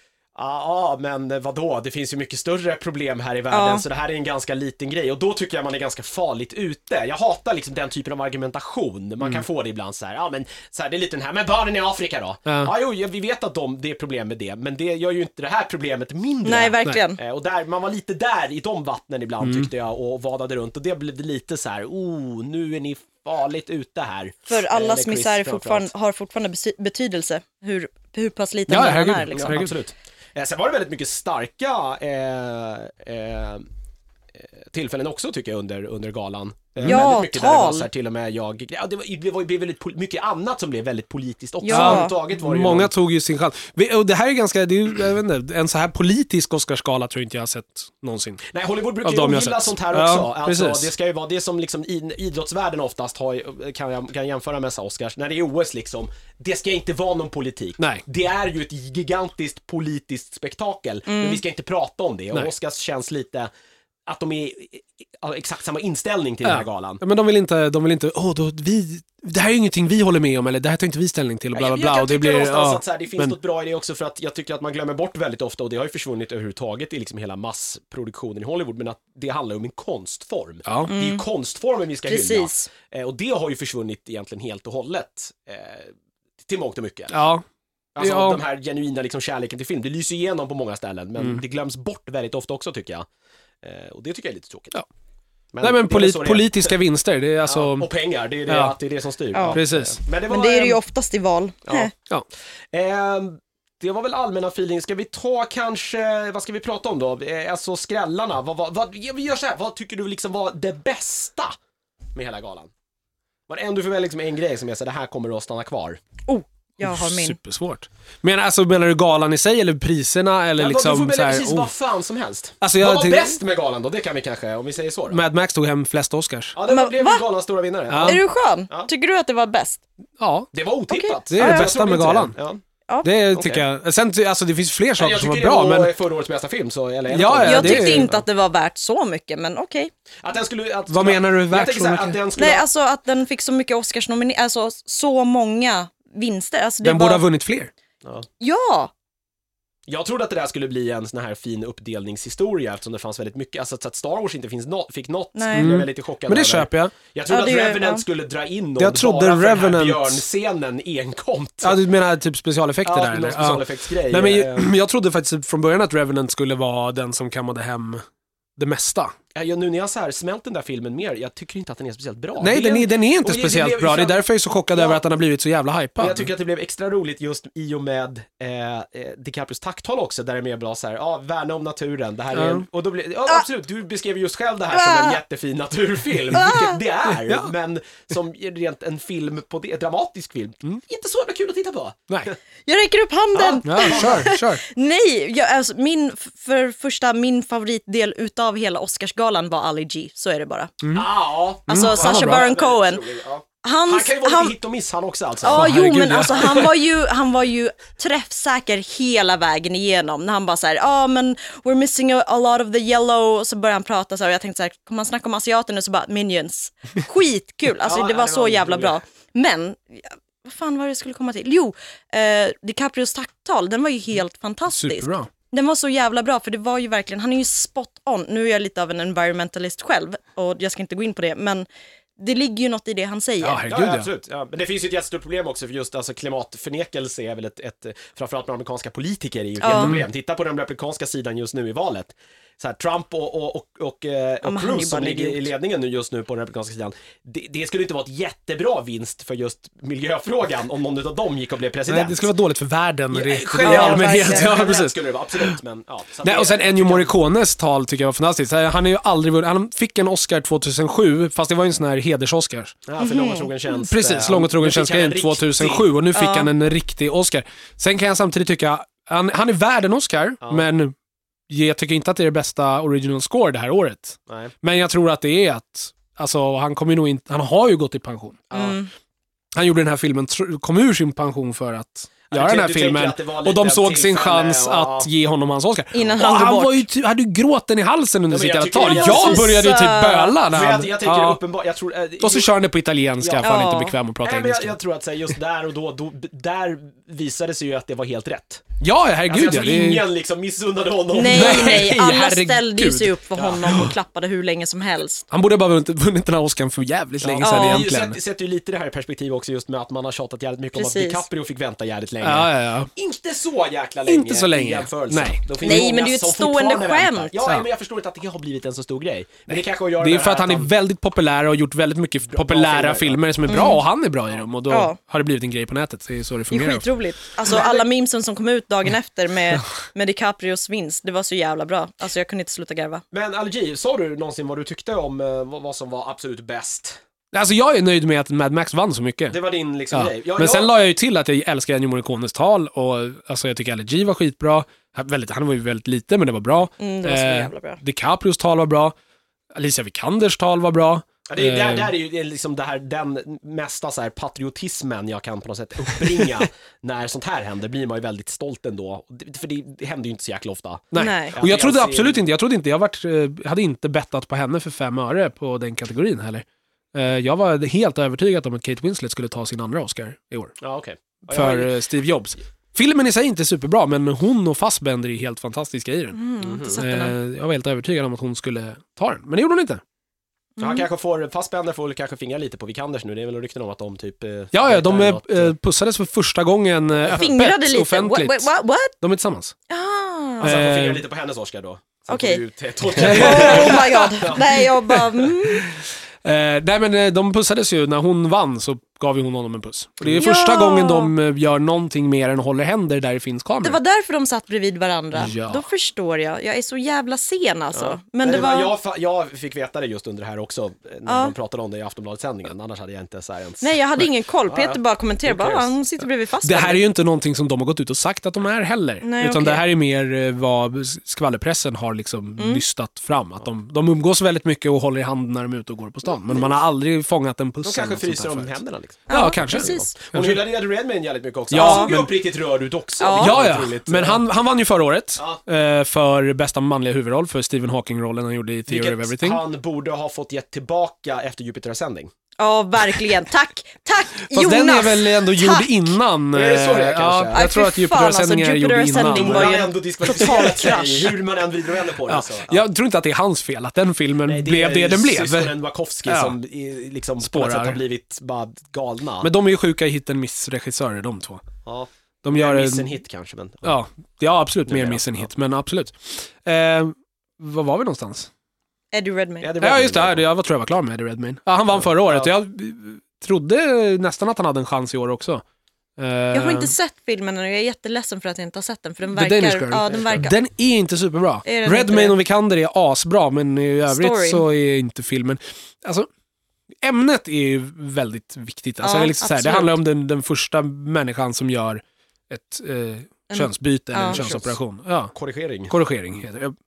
men vadå? Det finns ju mycket större problem här i världen, så det här är en ganska liten grej. Och då tycker jag man är ganska farligt ute. Jag hatar liksom den typen av argumentation. Man kan få det ibland så här, men så här, det är lite den här, men barnen i Afrika då? Vi vet att det är problem med det, men det gör ju inte det här problemet mindre. Nej, verkligen. Och där, man var lite där i de vattnen ibland tyckte jag, och vadade runt. Och det blev lite så här, nu är ni farligt ute här. För allas misär har fortfarande betydelse. Hur pass liten man är. Liksom. Ja, absolut. Sen var det väldigt mycket starka tillfällen också tycker jag under galan. Ja, mycket tal. Där det var så här, till och med det blev väldigt mycket annat som blev väldigt politiskt också. Ja. Många tog ju sin chans. Och det här är ganska, jag vet inte, en så här politisk Oscarsgala tror jag inte jag har sett någonsin. Nej, Hollywood brukar ju gilla sånt här också. Alltså, det ska ju vara det som liksom idrottsvärlden oftast kan jämföra med Oscars. När det är OS liksom, det ska inte vara någon politik. Nej. Det är ju ett gigantiskt politiskt spektakel, men vi ska inte prata om det. Och Oscars känns lite att de är exakt samma inställning till den här galan. Men de vill inte det här är ju ingenting vi håller med om, eller det här tar inte vi ställning till och bla bla bla. Och det blir att så här, det finns något bra i det också, för att jag tycker att man glömmer bort väldigt ofta, och det har ju försvunnit överhuvudtaget i liksom hela massproduktionen i Hollywood, men att det handlar om en konstform. Det är ju konstformen vi ska hylla. Och det har ju försvunnit egentligen helt och hållet till mångt och mycket. Alltså de här genuina liksom kärleken till film, det lyser igenom på många ställen, men det glöms bort väldigt ofta också tycker jag. Och det tycker jag är lite tråkigt. Men politiska vinster, det är alltså... och pengar, det är det som styr. Precis. Men det är det ju oftast i val. Det var väl allmänna feeling. Ska vi ta kanske, vad ska vi prata om då? Alltså skrällarna. Vi gör så här, vad tycker du liksom var det bästa med hela galan? Var det ändå för väl liksom en grej som jag säger, det här kommer att stanna kvar? Jag har min. Supersvårt. Menar du galan i sig eller priserna eller liksom du får så här, precis vad fan som helst. Alltså vad var bäst med galan då? Det kan vi kanske, om vi säger så då. Mad Max tog hem flest Oscars. Ja, det blev galans stora vinnare. Är du skön? Tycker du att det var bäst? Ja. Det var otippat. Det är det bästa med galan. Det tycker jag. Sen, alltså det finns fler saker som var bra, men... Jag tycker det var förra årets bästa film, så... jag tyckte inte att det var värt så mycket, men okej. Vad menar du värt så mycket? Nej, alltså att den fick så mycket Oscars alltså så många vinster. Alltså, den borde ha vunnit fler. Ja! Jag trodde att det där skulle bli en sån här fin uppdelningshistoria, eftersom det fanns väldigt mycket, alltså att Star Wars inte fick något. Jag blev lite chockad. Men det köper jag. Jag trodde att Revenant skulle dra in någon, jag trodde bara för Revenant... den här björnscenen enkomt. Ja, du menar typ specialeffekter där? Eller? Specialeffektsgrej. Nej, men jag trodde faktiskt från början att Revenant skulle vara den som kammade hem det mesta. Nu när jag så här smält den där filmen mer, jag tycker inte att den är speciellt bra. Nej, den är inte speciellt bra. Det är därför jag är så chockad över att den har blivit så jävla hypad. Jag tycker att det blev extra roligt just i och med DiCaprios tacktal också, där det är mer bra så här, värna om naturen. Det här är och då blir absolut, du beskrev just själv det här som en jättefin naturfilm, vilket det är, men som rent en film på det, en dramatisk film, inte så jävla kul att titta på. Nej. Jag räcker upp handen. Kör. Nej, alltså, min favoritdel utav hela Oscarsgalan var Ali G, så är det bara. Alltså Sacha Baron Cohen. Han kan ju vara lite hit och miss han också alltså. Ja, men alltså han var ju träffsäker hela vägen igenom när han bara såhär, men we're missing a lot of the yellow, och så började han prata så här, och jag tänkte såhär, kommer han snacka om asiaterna, så bara Minions. Skitkul, alltså det var så jävla bra. Men vad fan var det jag skulle komma till? Jo, DiCaprios tacktal, den var ju helt fantastisk. Superbra. Den var så jävla bra, för det var ju verkligen, han är ju spot on. Nu är jag lite av en environmentalist själv, och jag ska inte gå in på det, men det ligger ju något i det han säger. Ja, herregud, absolut. Ja, men det finns ju ett jättestort problem också, för just alltså, klimatförnekelse är väl ett framförallt med amerikanska politiker är ju ett jätteproblem. Titta på den republikanska sidan just nu i valet. Så här, Trump och Cruz som ligger i ledningen nu just nu på den republikanska sidan. Det skulle inte vara ett jättebra vinst för just miljöfrågan om någon av dem gick och blev president. Nej, det skulle vara dåligt för världen. I allmänhet. Ja, precis. Skulle det vara, absolut. Men, ja, nej, och sen Ennio Morricones tal tycker jag var fantastiskt. Han är ju aldrig vunnit. Han fick en Oscar 2007, fast det var ju en sån här hedersoscar. Ja, för lång och trogen tjänst. Precis, lång och trogen tjänst 2007, och nu fick han en riktig Oscar. Sen kan jag samtidigt tycka, han är värd en Oscar, men jag tycker inte att det är det bästa original score det här året. Nej. Men jag tror att det är att, alltså han kommer nog inte, han har ju gått i pension. Han gjorde den här filmen, kom ur sin pension för att göra den här filmen, och de såg sin chans att ge honom hans Oscar. Innan han var ju hade ju gråten i halsen under sitt jävla tal. Jag började ju typ böla när han... Jag tycker uppenbart, jag tror... och så kör han det på italienska, för han är inte bekväm att prata engelska. Jag tror att just där och då där visade sig ju att det var helt rätt. Ja, herregud. Alltså, jag tror ingen liksom missunnade honom. Nej, alla ställde ju sig upp för honom och klappade hur länge som helst. Han borde bara vunnit den här Oscar för jävligt länge sedan egentligen. Det sätter ju lite det här i perspektiv också, just med att man har tjatat jävligt mycket om att DiCaprio fick vänta jävligt länge. Ja. Inte så jäkla länge. Inte så länge. Nej, men det är ju ett stående skämt. Ja, men jag förstår inte att det har blivit en så stor grej. Men det kanske att göra det är för att han är väldigt populär och har gjort väldigt mycket populära filmer som är bra, och han är bra i dem, och då har det blivit en grej på nätet. Det är så det fungerar. Det är skitroligt. Alltså alla memesen som kom ut dagen efter med DiCaprios vinst, det var så jävla bra. Alltså jag kunde inte sluta garva. Men Algi, sa du någonsin vad du tyckte om vad som var absolut bäst? Alltså jag är nöjd med att Mad Max vann så mycket. Det var din liksom grej. Men sen la jag ju till att jag älskar Ennio Morricones tal, och alltså jag tycker Ali var skitbra. Han var ju väldigt lite, men det var bra. Det var så jävla bra. DiCaprios tal var bra. Alicia Vikanders tal var bra. Ja, där är ju liksom den mesta så här patriotismen jag kan på något sätt uppbringa när sånt här händer, blir man ju väldigt stolt ändå. För det händer ju inte så jäkla ofta. Nej. Och jag trodde absolut inte, jag hade inte bettat på henne för 5 öre på den kategorin heller. Jag var helt övertygad om att Kate Winslet skulle ta sin andra Oscar i år. Ja, okej. För Steve Jobs. Filmen i sig är inte superbra, men hon och Fassbender är helt fantastiska i den. Jag var helt övertygad om att hon skulle ta den, men det gjorde hon inte. Han kanske Fassbender får kanske fingra lite på Vikanders nu. Det är väl rykten om att de typ... de pussades för första gången öppet, offentligt. What? De är tillsammans. Alltså han får fingra lite på hennes Oscar då. Okej. Oh my god. Nej, jag bara... Nej, men de pussades ju när hon vann, så gav ju hon honom en puss. Och det är första gången de gör någonting mer än håller händer där det finns kameror. Det var därför de satt bredvid varandra. Ja. Då förstår jag. Jag är så jävla sen alltså. Ja. Men det var... jag fick veta det just under det här också, när de pratade om det i Aftonbladet-sändningen. Annars hade jag inte så här ens... Nej, jag hade ingen koll. Peter bara kommenterade, hon sitter bredvid fast. Det här är ju inte någonting som de har gått ut och sagt att de är heller. Nej, utan det här är mer vad skvallerpressen har liksom nystat fram. Att de umgås väldigt mycket och håller i hand när de är ute och går på stan. Men man har aldrig fångat en puss. De kanske fryser om händerna liksom. Ja, kanske. Precis. Hon hyllade Eddie Redmayne jävligt mycket också. Ja, han såg ju uppriktigt rörd ut också. Ja. Men han vann ju förra året för bästa manliga huvudroll för Stephen Hawking-rollen han gjorde i Theory of Everything. Han borde ha fått gett tillbaka efter Jupiters sändning. Ja, verkligen. Tack Fast Jonas. den är väl ändå gjord innan. Är det så det kanske? Jag tror att Jupiter-sändningen är gjord innan. Då var ju ändå diskvalificerat sig, hur man än vrider och vänder på det. Ja. Jag tror inte att det är hans fel att den filmen blev det den blev. Det är Wachowski som liksom på något sätt har blivit bara galna. Men de är ju sjuka i hit and miss-regissörer, de två. Ja. De gör miss and hit kanske, men... Ja, absolut mer miss and hit, men absolut. Vad var vi någonstans? Eddie Redmayne. Ja, just det. Jag tror jag var klar med Eddie Redmayne. Ja, han vann förra året. Jag trodde nästan att han hade en chans i år också. Jag har inte sett filmen och jag är jätteledsen för att jag inte har sett den, för den verkar... Den är inte superbra. Redmayne och Vikander är asbra, men i övrigt så är inte filmen... Alltså, ämnet är ju väldigt viktigt. Alltså, det, liksom det handlar om den första människan som gör ett könsbyte eller en könsoperation. Ja. Korrigering heter det.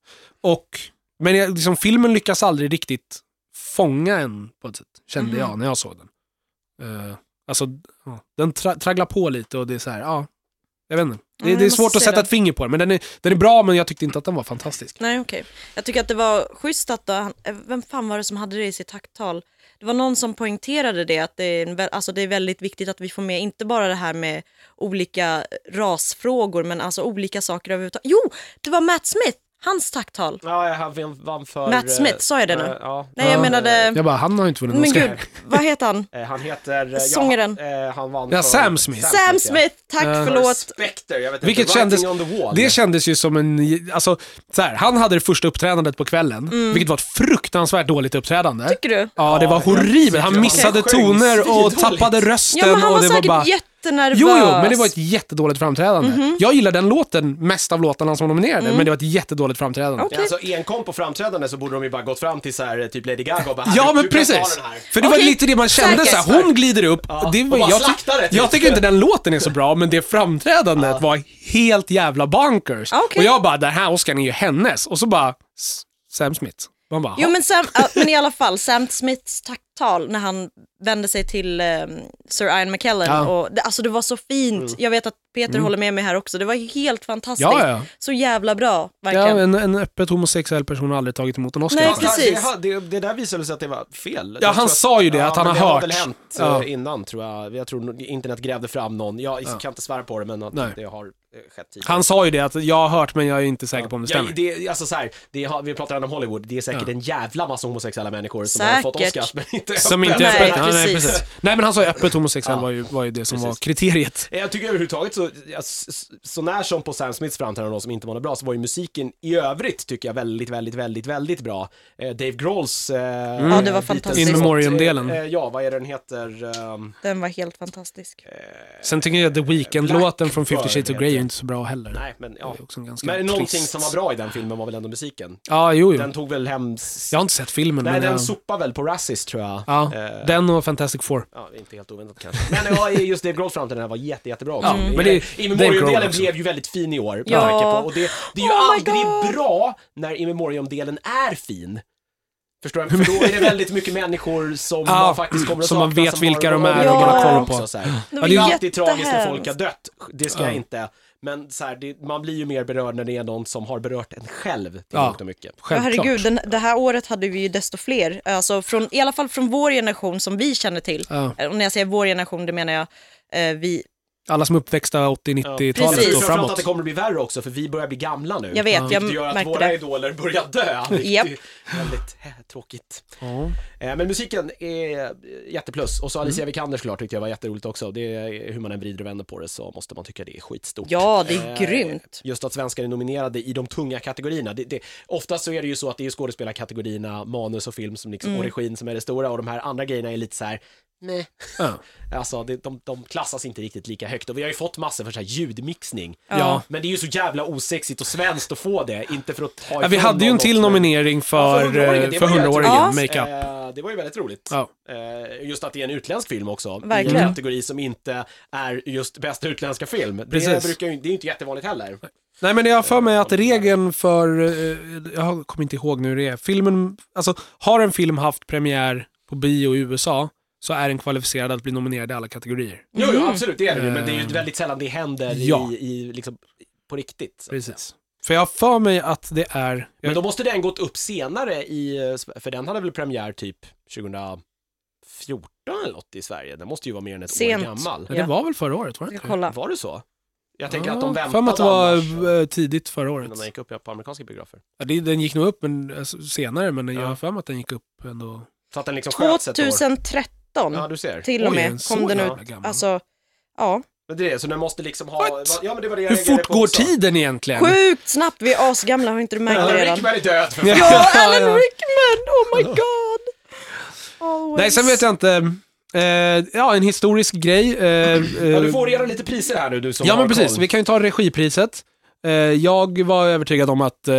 Men liksom, filmen lyckas aldrig riktigt fånga en på ett sätt, kände jag när jag såg den. Alltså, den tragglar på lite och det är så här, jag vet inte. Det är svårt att sätta ett finger på det, men den är bra, men jag tyckte inte att den var fantastisk. Nej, okej. Jag tycker att det var schysst att vem fan var det som hade det i sitt tacktal? Det var någon som poängterade det, att det är väldigt viktigt att vi får med inte bara det här med olika rasfrågor, men alltså olika saker överhuvudtaget. Jo, det var Matt Smith. Hans tacktal. Ja, han vann för... Matt Smith, sa jag det nu? Ja. Nej, jag menade... Jag bara, han har ju inte vunnit någon Men Oscar. gud, vad heter han? Han heter... Sångaren. Han vann Ja, för... Sam Smith. Sam Smith, tack, förlåt. Spectre, jag vet Vilket inte. kändes, on the wall. det kändes ju som alltså, så här, han hade det första uppträdandet på kvällen, vilket var ett fruktansvärt dåligt uppträdande. Tycker du? Ja, det var horribelt. Han missade toner och tappade rösten. Ja, men han var och det säkert var bara... jättenervös. Jo, men det var ett jättedåligt framträdande. Jag gillar den låten, mest av låtarna som nominerade, men det var ett jättedåligt framträdande. Okay. Ja, alltså enkom på framträdande så borde de ju bara gått fram till så här, typ Lady Gaga och bara, ja, men precis. För det var lite det man kände, så här, hon glider upp. Ja, Det var, jag tycker inte den låten är så bra, men det framträdandet var helt jävla bonkers. Okay. Och jag bara, den här Oscar är ju hennes. Och så bara, Sam Smith. Man bara, jo, men i alla fall, Sam Smiths tacktal när han vände sig till Sir Ian McKellen. Ja. Och det var så fint. Jag vet att Peter håller med mig här också. Det var helt fantastiskt. Ja. Så jävla bra, verkligen. Ja, en öppet homosexuell person har aldrig tagit emot en Oscar. Nej, precis. Det där visade sig att det var fel. Ja, han sa ju det, att han har hört. Det har väl hänt innan, tror jag. Jag tror internet grävde fram någon. Jag kan inte svära på det, men att det har skett tidigare. Han sa ju det, att jag har hört, men jag är inte säker på om det stämmer. Alltså så här, vi pratar om Hollywood. Det är säkert en jävla massa homosexuella människor som säkert har fått Oscars, men inte öppet. Som inte är öppet. Nej, precis. Nej, men han sa ju öppet homosexuell var ju det som var kriteriet. Jag tycker överhuvudtaget så när som på Sam Smiths framträdande som inte var bra, så var ju musiken i övrigt, tycker jag, väldigt, väldigt, väldigt, väldigt bra. Dave Grohls ja, det var fantastiskt. In Memoriam-delen. Ja, vad är den heter? Den var helt fantastisk. Sen tycker jag The Weeknd-låten från 50 Shades of Grey är inte så bra heller. Nej, men ja. Men någonting som var bra i den filmen var väl ändå musiken. Ja, jo. Den tog väl hem... Jag har inte sett filmen. Nej, den sopar väl på Razzies, tror jag. Ja, den och Fantastic Four. Ja, inte helt oväntat kanske. Men just Dave Grohl fram till den här var jättebra också. Men I Memoriam-delen blev ju väldigt fin i år. Ja. Och det är ju aldrig bra när I Memoriam-delen är fin. Förstår du? För då är det väldigt mycket människor som man faktiskt kommer att som sakna. man vet som vilka de har är och man har koll på. Också, det är ju alltid tragiskt när folk har dött. Det ska jag inte. Men så här, man blir ju mer berörd när det är någon som har berört en själv till mångt och mycket. Ja, herregud, det här året hade vi ju desto fler. Alltså i alla fall från vår generation som vi känner till. Och när jag säger vår generation, det menar jag vi... Alla som är uppväxta 80-90-talet och framåt. Att det kommer att bli värre också, för vi börjar bli gamla nu. Jag vet, jag det gör att våra idoler börjar dö. Väldigt tråkigt. Men musiken är jätteplus. Och så Alicia Vikander, klart, tyckte jag var jätteroligt också. Det är, hur man än vrider och vänder på det, så måste man tycka det är skitstort. Ja, det är grymt. Just att svenskar är nominerade i de tunga kategorierna. Oftast så är det ju så att det är skådespelarkategorierna, manus och film som liksom, och regin som är det stora. Och de här andra grejerna är lite så här... Nej. Alltså de klassas inte riktigt lika högt. Och vi har ju fått massor för så här ljudmixning. Men det är ju så jävla osexigt och svenskt att få det. Inte för att ha vi hade ju en till nominering för 100-åringen Make-up. Det var ju väldigt roligt. Just att det är en utländsk film också. Verkligen. I en kategori som inte är just bästa utländska film. Det är ju inte jättevanligt heller. Nej, men jag har för mig att regeln för... jag kommer inte ihåg nu det är. Filmen, alltså, har en film haft premiär på bio i USA, så är den kvalificerad att bli nominerad i alla kategorier. Jo, absolut, det är det. Men det är ju väldigt sällan det händer i liksom, på riktigt. Precis. För jag har för mig att det är... Men då måste den gått upp senare för den hade väl premiär typ 2014 eller något i Sverige. Den måste ju vara mer än ett år gammal. Ja, det var väl förra året, var det inte? Var det så? Jag tänker att de väntade. För mig att det var tidigt förra året. Den gick upp på amerikanska biografer. Ja, den gick nog upp senare, men jag har för mig att den gick upp ändå. Så att den liksom 2013 ja, du ser. Till och med kom den ut. Alltså, ja. Men det är så den måste liksom ha... Ja, men det var det jag hur fort går tiden egentligen? Sjukt snabbt, vi är asgamla, har inte du märkt det redan? Rickman är död. Ja, Alan Rickman, oh my god. Always. Nej, sen vet jag inte... en historisk grej. Du får reda lite priser här nu, du som ja, men precis. koll. Vi kan ju ta regipriset. Jag var övertygad om att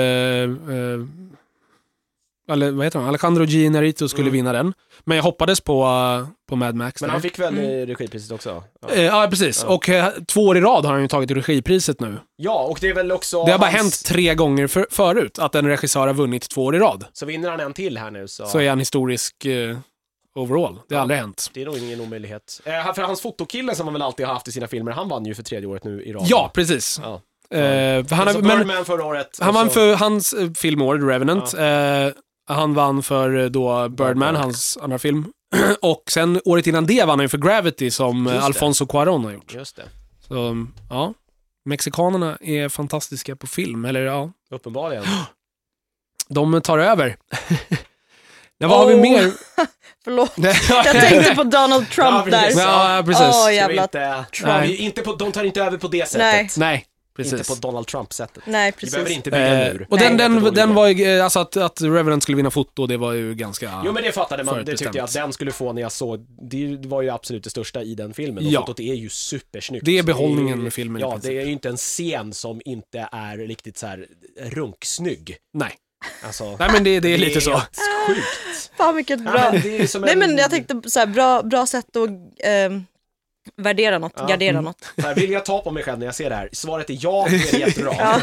vad heter han? Alejandro G. Iñárritu skulle vinna den. Men jag hoppades på Mad Max. Men han fick väl regipriset också? Ja, precis. Ja. Och 2 år i rad har han ju tagit regipriset nu. Ja, och det är väl också... Det har bara hänt 3 gånger förut att en regissör har vunnit 2 år i rad. Så vinner han en till här nu så... Så är han historisk... overall. Det har aldrig hänt. Det är nog ingen omöjlighet. För hans fotokille som han väl alltid har haft i sina filmer, han vann ju för 3:e året nu i rad. Ja, precis. Ja. Han förra året. Han vann för hans filmår, The Revenant. Han vann för då Birdman, hans andra film. Och sen året innan det vann han för Gravity som Alfonso Cuarón har gjort. Just det. Så, ja. Mexikanerna är fantastiska på film, eller ja. Uppenbarligen. De tar över. Vad har vi mer? Förlåt, jag tänkte på Donald Trump där. Ja, precis. Jävla Trump. De tar inte över på det sättet. Nej. Precis. Inte på Donald Trump-sättet. Nej, precis. Vi behöver inte bygga en mur. Och den var ju, alltså att Revenant skulle vinna foto, det var ju ganska... Jo, men det fattade man. Det tyckte jag att den skulle få när jag såg. Det var ju absolut det största i den filmen. Och fotot är ju supersnyggt. Det är behållningen med filmen. Ja, det är ju inte en scen som inte är riktigt så här runksnygg. Nej. Alltså, nej, men det är lite så. Sjukt. Fan, vilket bra. Nej, men jag tänkte så här, bra sätt att... värdera något, gardera något. Här vill jag ta på mig själv när jag ser det här. Svaret är ja, det är jättebra.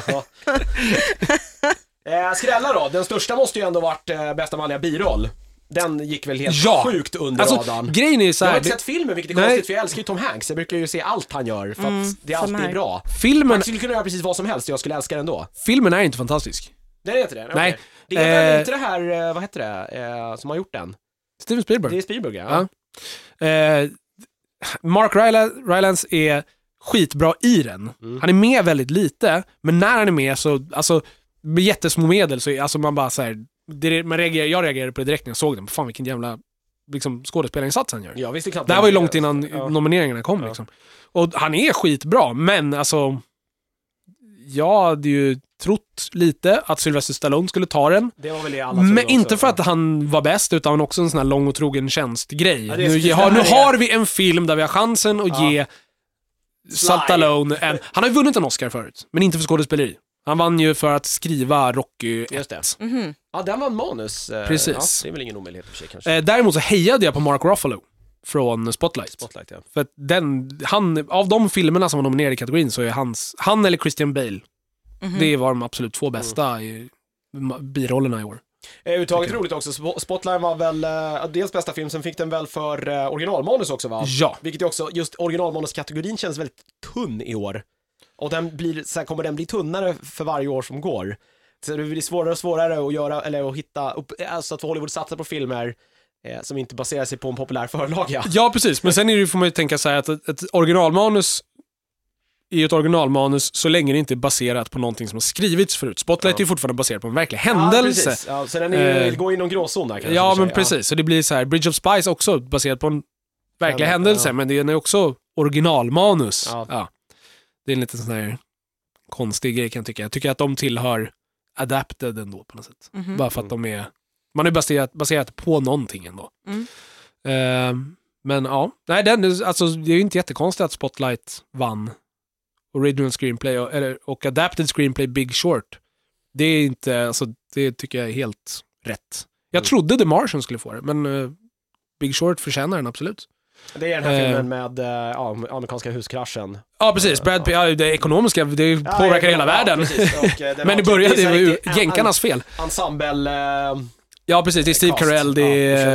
Skrälla då, den största måste ju ändå varit bästa manliga biroll. Den gick väl helt sjukt under radarn. Grejen är så här, jag har inte sett filmen, vilket är konstigt, för jag älskar ju Tom Hanks. Jag brukar ju se allt han gör, för att det är alltid bra. Han skulle kunna göra precis vad som helst, jag skulle älska den då. Filmen är inte fantastisk. Det är inte det? Nej. Okay. Det är väl inte det här, vad heter det, som har gjort den? Steven Spielberg. Det är Spielberg, ja. Mark Rylance är skitbra i den. Han är med väldigt lite, men när han är med så, alltså med jättesmå medel så är, alltså man bara så här, jag reagerade på det direkt när jag såg den. Fan, vilken jävla liksom skådespelarinsats han gör. Ja, visst, det här var ju långt innan nomineringarna kom liksom. Och han är skitbra, men alltså jag hade ju trott lite att Sylvester Stallone skulle ta den. Det var väl det alla men också. inte för att han var bäst, utan också en sån här lång och trogen tjänstgrej. Nu har vi en film där vi har chansen att ge Stallone en... Han har ju vunnit en Oscar förut, men inte för skådespeleri. Han vann ju för att skriva Rocky 1. Just det. Mm-hmm. Ja, den var en manus. Precis. Det är väl ingen omöjlighet för sig kanske. Däremot så hejade jag på Mark Ruffalo från Spotlight. Ja. För att han, av de filmerna som var nominerade i kategorin så är han eller Christian Bale. Det var de absolut två bästa i birollerna i år. Uttaget roligt också. Spotlight var väl dels bästa film, sen fick den väl för originalmanus också, va? Ja. Vilket är också, just originalmanuskategorin känns väldigt tunn i år. Och kommer den bli tunnare för varje år som går. Så det blir svårare och svårare att göra, eller att hitta, alltså att Hollywood satsar på filmer som inte baserar sig på en populär förlaga. Ja, precis. Men sen får man ju tänka så här att ett originalmanus är ett originalmanus så länge det inte är baserat på någonting som har skrivits förut. Spotlight är ju fortfarande baserat på en verklig händelse. Ja, så den går in någon gråzon där kanske. Ja, men precis. Så det blir så här, Bridge of Spies också baserat på en verklig händelse, men det är också originalmanus. Ja. Det är en lite sån här konstig grej kan jag tycka. Jag tycker att de tillhör adapted ändå på något sätt. Bara för att man är baserat på någonting ändå. Men ja, nej, alltså, det är ju inte jättekonstigt att Spotlight vann original screenplay och adapted screenplay Big Short. Det är inte, alltså, det tycker jag är helt rätt. Jag trodde The Martian skulle få det, men Big Short förtjänar den absolut. Det är den här filmen med amerikanska huskraschen. Ja, precis. Brad Pitt, det ekonomiska, det påverkar hela världen. Men i början, det var ju jänkarnas fel. Ensemble... Ja, precis. Det är Steve Carell, det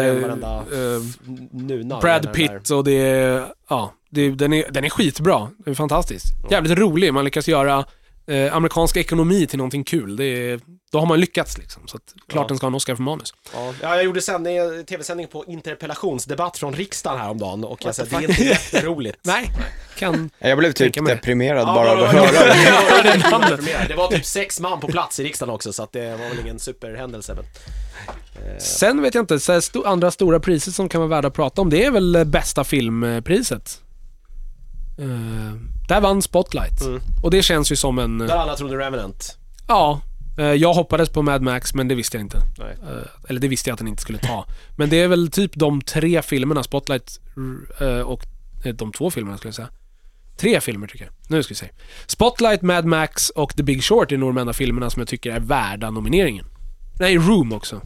är Brad Pitt och det är... Ja, den är skitbra. Den är fantastisk. Jävligt rolig. Man lyckas göra amerikansk ekonomi till någonting kul. Då har man lyckats liksom. Så att, klart den ska ha en Oscar för manus. Ja, jag gjorde tv-sändning på interpellationsdebatt från riksdagen häromdagen och jag sa det är inte jätteroligt. Nej, jag blev typ deprimerad bara av att höra det. Det var typ 6 man på plats i riksdagen också, så att det var väl ingen superhändelse. Men, sen vet jag inte, så andra stora priser som kan vara värda att prata om, det är väl bästa filmpriset. Där vann Spotlight. Och det känns ju som en... Där alla trodde Revenant. Ja, jag hoppades på Mad Max, men det visste jag inte. Nej. Eller det visste jag att den inte skulle ta. Men det är väl typ de 3 filmerna, Spotlight och de 2 filmerna skulle jag säga. 3 filmer tycker jag. Nu ska vi se. Spotlight, Mad Max och The Big Short är nog de enda filmerna som jag tycker är värda nomineringen. Nej, Room också.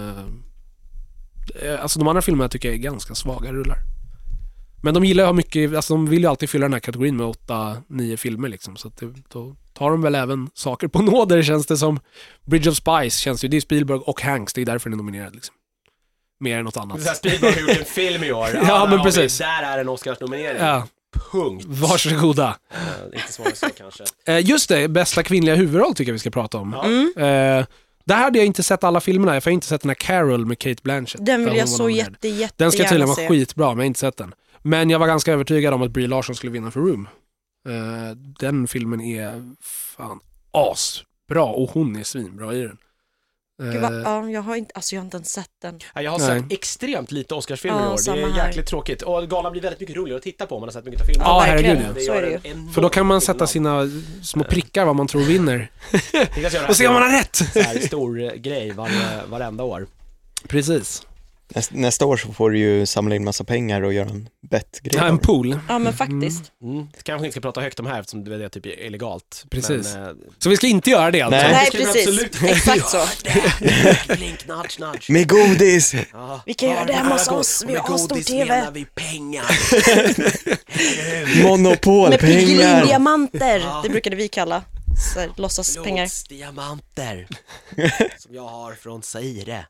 Alltså de andra filmerna tycker jag är ganska svaga rullar. Men de gillar att ha mycket, alltså de vill ju alltid fylla den här kategorin med 8-9 filmer liksom, så att då tar de väl även saker på nåder, känns det som. Bridge of Spies känns ju, det är Spielberg och Hanks, det är därför den är nominerad liksom. mer än något annat. Så här, Spielberg har gjort en film i år. Ja, men precis. Där är en Oscarsnominering. Ja. Punkt. Varsågoda. Inte svårare så kanske. Just det, bästa kvinnliga huvudroll tycker jag vi ska prata om. Där hade jag inte sett alla filmerna, jag har inte sett den här Carol med Cate Blanchett. Den vill jag så Den ska tydligen vara se. skitbra, men jag har inte sett den. Men jag var ganska övertygad om att Brie Larson skulle vinna för Room. Den filmen är fan asbra och hon är svinbra i den. Jag har inte ens sett den. Jag har sett extremt lite Oscarsfilmer i år. Det är jäkligt tråkigt. Och galan blir väldigt mycket roligare att titta på om man har sett mycket av filmer. Ja, herregud. Så är det ju. För då kan man sätta sina små prickar vad man tror vinner. Och se om man har rätt. Så här stor grej varenda år. Precis. Nästa år så får du ju samla in massa pengar och göra en bettgrej. Ja, en pool. Ja, men faktiskt. Kanske inte ska prata högt om här eftersom det är typ illegalt. Precis. Men, så vi ska inte göra det alltså? Nej, det ska vi precis. absolut Exakt så. Blink, nudge, nudge. Med godis! Ja. Vi kan göra det hemma hos oss. Vi har stor TV. Menar vi pengar. Monopolpengar! Med Piggelin-diamanter. Det brukade vi kalla låtsaspengar. Diamanter. Som jag har från Zaire.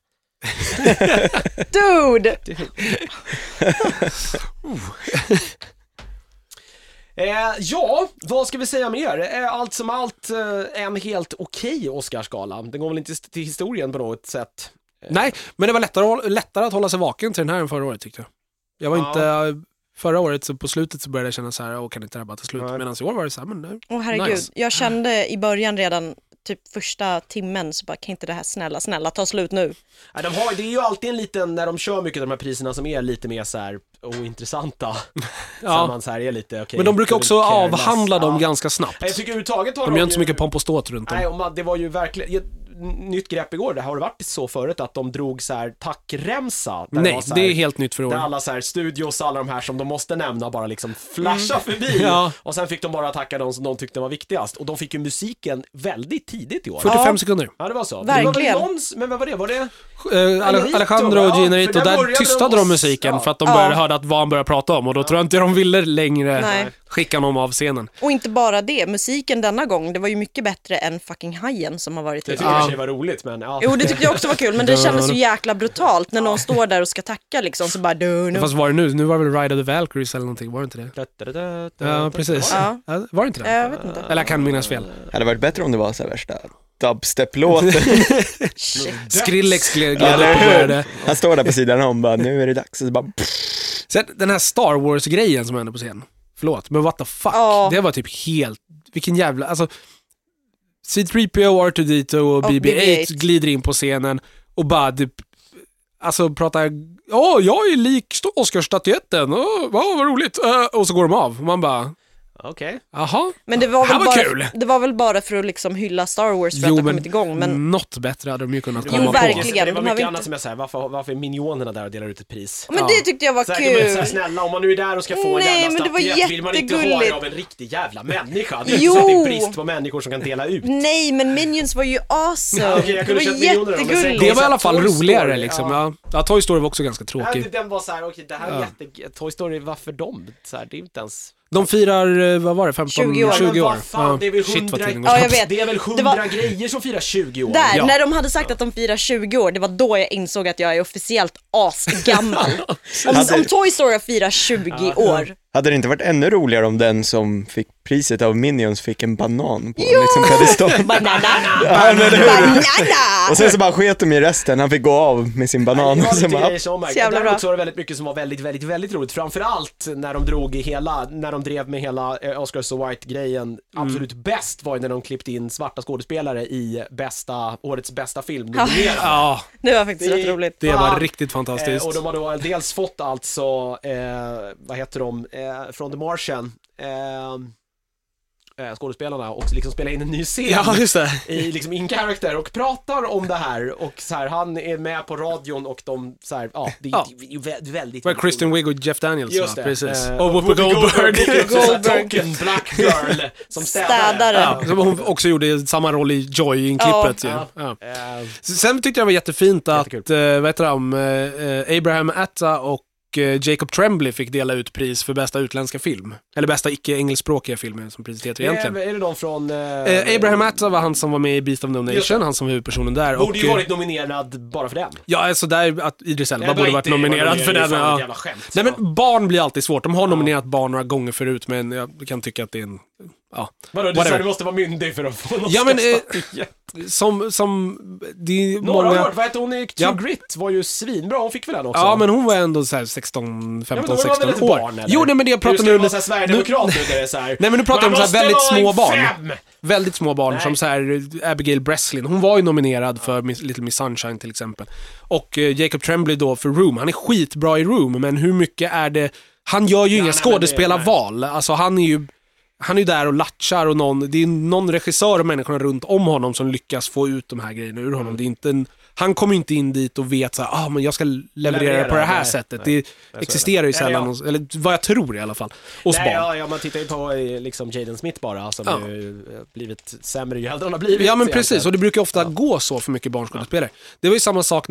Dude! Ja, vad ska vi säga mer? Allt som allt en helt okej Oscarsgala. Den går väl inte till historien på något sätt. Nej, men det var lättare att hålla sig vaken till den här än förra året tyckte jag. Jag var inte... Förra året så på slutet så började jag känna så här, kan inte det här bara ta slut? Medan i år var det så här, men herregud, nice. Jag kände i början redan typ första timmen så bara, kan inte det här snälla ta slut nu? Ja, det är ju alltid en liten, när de kör mycket av de här priserna som är lite mer så här ointressanta. Så man så här är lite okej. Men de brukar också avhandla dem ganska snabbt. Jag tycker överhuvudtaget har de gör inte så mycket pomp och ståt runt dem. Nej, det var ju verkligen nytt grepp igår. Det har varit så förut att de drog så här tackremsa. Nej, det, det är helt nytt för år. Där alla så här studios, alla de här som de måste nämna bara liksom flasha förbi. Och sen fick de bara tacka de som de tyckte var viktigast. Och de fick ju musiken väldigt tidigt i år. 45 sekunder. Ja, det var så. Verkligen. Det var men vad var det? Var det? Alejandro och Gino, där tystade de musiken för att de hörde att vad han började prata om. Och då tror jag inte de ville längre skicka någon av scenen. Och inte bara det, musiken denna gång, det var ju mycket bättre än fucking Hajen som har varit. Det tycker jag var roligt, men Jo, det tyckte jag också var kul, men det kändes så jäkla brutalt när någon står där och ska tacka liksom, så bara Fast var det nu var det väl Ride of the Valkyries eller någonting, var det inte det? Ja, precis. Ja. Var det inte det? Jag vet inte. Eller jag kan minnas fel. Det hade varit bättre om det var så här värsta dubstep-låten. Skrillex gled upp och började. Han står där på sidan om bara, nu är det dags. Och så bara... Sen, den här Star Wars-grejen som hände på scen. Förlåt, men what the fuck? Det var typ helt... Vilken jävla... Alltså, C-3PO, R2-D2 och BB-8 glider in på scenen och bara typ... Alltså pratar... jag är lik Oscarsstatyetten. Vad roligt. Och så går de av. Och man bara... Okej. Jaha. Men det var väl var bara, kul. Det var väl bara för att liksom hylla Star Wars för att det kommit igång. Men något bättre hade de ju kunnat komma på. Verkligen. Det var mycket annat som jag säger. Varför är minionerna där och delar ut ett pris? Men det tyckte jag var kul. Men snälla, om man nu är där och ska få en jävla statyett, vill man inte ha det av en riktig jävla människa. Det är inte så att det är brist på människor som kan dela ut. Nej, men Minions var ju awesome. Jag det var jättegulligt. Det var i alla fall roligare liksom. Ja, Toy Story var också ganska tråkig. Den var så här, okej, det här är Toy Story, varför de? Så här, det är inte ens... De firar, vad var det, 15-20 år? 20 år. Fan, det är väl 100, jag vet. Det är väl 100 grejer som firar 20 år. Där, när de hade sagt att de firar 20 år, det var då jag insåg att jag är officiellt asgammal. om Toy Story firar 20 år. Hade det inte varit ännu roligare om den som fick priset av Minions fick en banan på liksom pedestal? Banana! Och sen så bara sket de i resten, han fick gå av med sin banan. Det var lite bara... grejer som däremot så var det väldigt mycket som var väldigt, väldigt, väldigt roligt. Framförallt när de när de drev med hela Oscars so White-grejen. Absolut bäst var ju när de klippte in svarta skådespelare i årets bästa film. Ja, det var faktiskt rätt roligt. Det var riktigt fantastiskt. Och de har då dels fått alltså, vad heter de, från The Martian, skådespelarna och liksom spela in en ny scen i liksom in character och pratar om det här och så här, han är med på radion och de så här, det är väldigt var Kristen Wiig och Jeff Daniels. Just det. Precis. Och Whoopi Goldberg. Token black girl som städare. Ja, som hon också gjorde samma roll i Joy-klippet. Sen tyckte jag det var jättefint att vad heter de, Abraham Atta och Och Jacob Tremblay fick dela ut pris för bästa utländska film. Eller bästa icke-engelskspråkiga filmer som priset heter egentligen. Är det någon från... Abraham Atta var han som var med i Beast of No Nation, han som var huvudpersonen där. Borde ju varit nominerad bara för den. Ja, alltså där att Idris Elba borde varit nominerad för den. Ja. Nej, men barn blir alltid svårt. De har nominerat barn några gånger förut, men jag kan tycka att det är en... Ja. Vadå, du sa du måste vara myndig för att få något. Ja, men som det är några många... år, vad heter hon i Grit var ju svinbra, hon fick väl den också? Ja, men hon var ändå så här 16, 15, 16 år. Barn, jo, nej, men det jag pratar nu... Du ska vara Sverigedemokrat nu, där det är så här... Nej, men nu pratar jag om så här väldigt små barn. 5. Väldigt små barn, som så här Abigail Breslin. Hon var ju nominerad för Little Miss Sunshine till exempel. Och Jacob Tremblay då för Room. Han är skitbra i Room, men hur mycket är det... Han gör ju inga skådespelarval. Alltså han är ju där och latchar och det är någon regissör och människorna runt om honom som lyckas få ut de här grejerna ur honom. Det är inte han kommer inte in dit och vet så här, men jag ska leverera på det här sättet. Nej, det existerar ju sällan, eller vad jag tror i alla fall, hos barn. Ja, man tittar ju på liksom Jaden Smith bara, som har blivit sämre ju äldre han har blivit. Ja, men precis, och det brukar ofta gå så för mycket barnskådespelare. Det var ju samma sak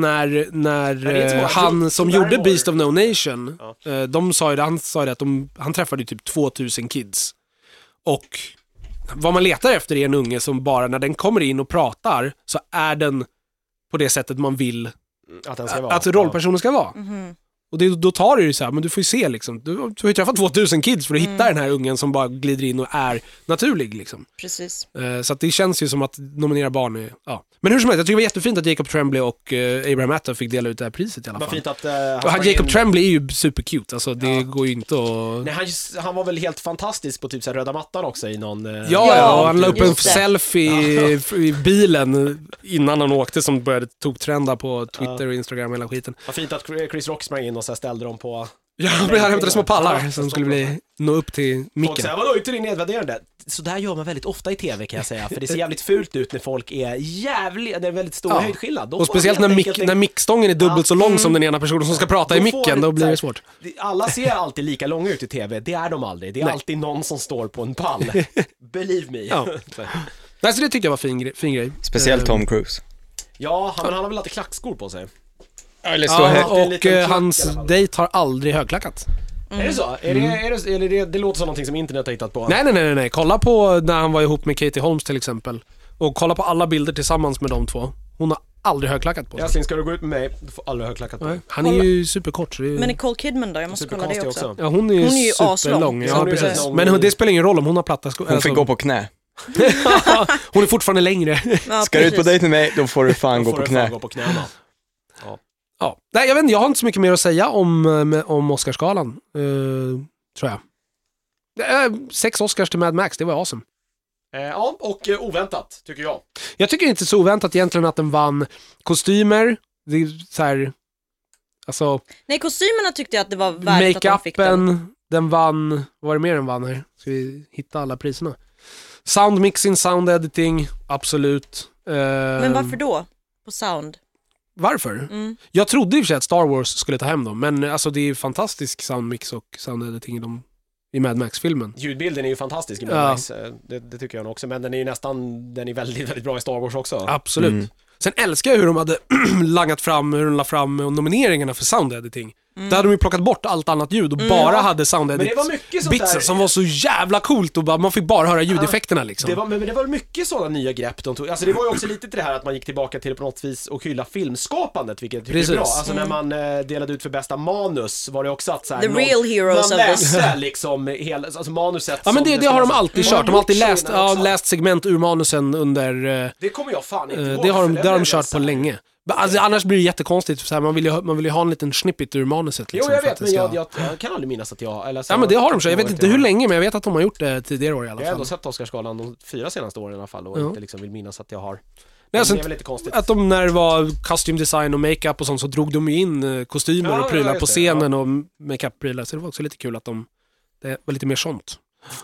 när han som gjorde Beast of No Nation, han sa ju det att han träffade typ 2000 kids. Och vad man letar efter är en unge som bara, när den kommer in och pratar, så är den på det sättet man vill att den ska vara. Att rollpersonen ska vara. Mm-hmm. Och då tar det ju så här, men du får ju se liksom, du har ju träffat 2000 kids för att hitta den här ungen som bara glider in och är naturlig liksom. Precis. Så att det känns ju som att nominera barn är, Men hur som helst, jag tycker det var jättefint att Jacob Tremblay och Abraham Atta fick dela ut det här priset i alla fall. Fint att Jacob Tremblay är ju supercute, alltså det går ju inte att... Nej, han var väl helt fantastisk på typ så här röda mattan också i någon... Ja, han la upp en selfie i bilen innan han åkte, som började toktrenda på Twitter och Instagram och hela skiten. Vad fint att Chris Rock sprang in och så ställde dem på... Ja, han hämtade små pallar som skulle nå upp till micken. Folk säger, vadå, inte det nedvärderande? Så där gör man väldigt ofta i tv, kan jag säga. För det ser jävligt fult ut när folk är det är väldigt stor höjdskillnad. Och speciellt när mickstången är dubbelt så lång som den ena personen som ska prata i micken, då blir det svårt. Alla ser alltid lika långa ut i tv, det är de aldrig. Det är alltid någon som står på en pall. Believe me. Nej, så det tyckte jag var fin grej. Speciellt Tom Cruise. Ja, han har väl alltid klackskor på sig. Och hans dejt har aldrig högklackat. Är det så? Det låter som någonting som internet har hittat på. Nej. Kolla på när han var ihop med Katie Holmes till exempel. Och kolla på alla bilder tillsammans med de två. Hon har aldrig högklackat på sig. Jasmin, ska du gå ut med mig? Du får aldrig högklackat på dig. Han är ju superkort. Så Men Nicole Kidman då? Jag måste kolla det också. Ja, hon är ju superlång. Ja, precis. Men det spelar ingen roll om hon har platta skor. Hon fick gå på knä. Hon är fortfarande längre. Ska du ut på dejt med mig, då får du fan gå på knä. Ja. Nej, jag vet inte, jag har inte så mycket mer att säga om Oscarsgalan, tror jag. 6 Oscars till Mad Max, det var awesome. Ja, och oväntat, tycker jag. Jag tycker inte så oväntat egentligen att den vann kostymer. Det är så här, alltså... Nej, kostymerna tyckte jag att det var värdigt att de fick den vann, vad var det mer den vann här? Ska vi hitta alla priserna? Sound mixing, sound editing, absolut. Men varför då? På sound? Varför? Jag trodde i och för sig att Star Wars skulle ta hem dem, men alltså det är fantastisk soundmix och sound editing i Mad Max-filmen. Ljudbilden är ju fantastisk i Mad Max, det tycker jag nog också, men den är väldigt, väldigt bra i Star Wars också. Absolut. Sen älskar jag hur de hade hur de la fram nomineringarna för sound editing. Där hade de ju plockat bort allt annat ljud och bara hade sound edit bitsen som var så jävla coolt och man fick bara höra ljudeffekterna liksom. Men det var mycket sådana nya grepp de tog. Alltså det var ju också lite till det här att man gick tillbaka till på något vis och hylla filmskapandet, vilket jag tycker är bra. Alltså när man delade ut för bästa manus var det också att så här, the real heroes man läste liksom alltså manuset. Ja, men det har de alltid kört. De har alltid läst segment ur manusen under det kommer jag fan inte ihåg. Det har de kört på länge. Alltså, annars blir det jättekonstigt så här, man vill ju ha en liten snippet ur manuset liksom. Jo, jag vet, men jag kan aldrig minnas att jag eller så. Ja, men det har de så. Jag vet inte hur länge, men jag vet att de har gjort det tidigare år i alla fall. Jag har ändå sett Oscarsgalan de 4 senaste åren i alla fall och inte liksom vill minnas att jag har. Nej, alltså, det är väl lite konstigt. Att de när det var costume design och makeup och sånt så drog de in kostymer och prylar på scenen och makeup-prylar, så det var också lite kul att det var lite mer sånt.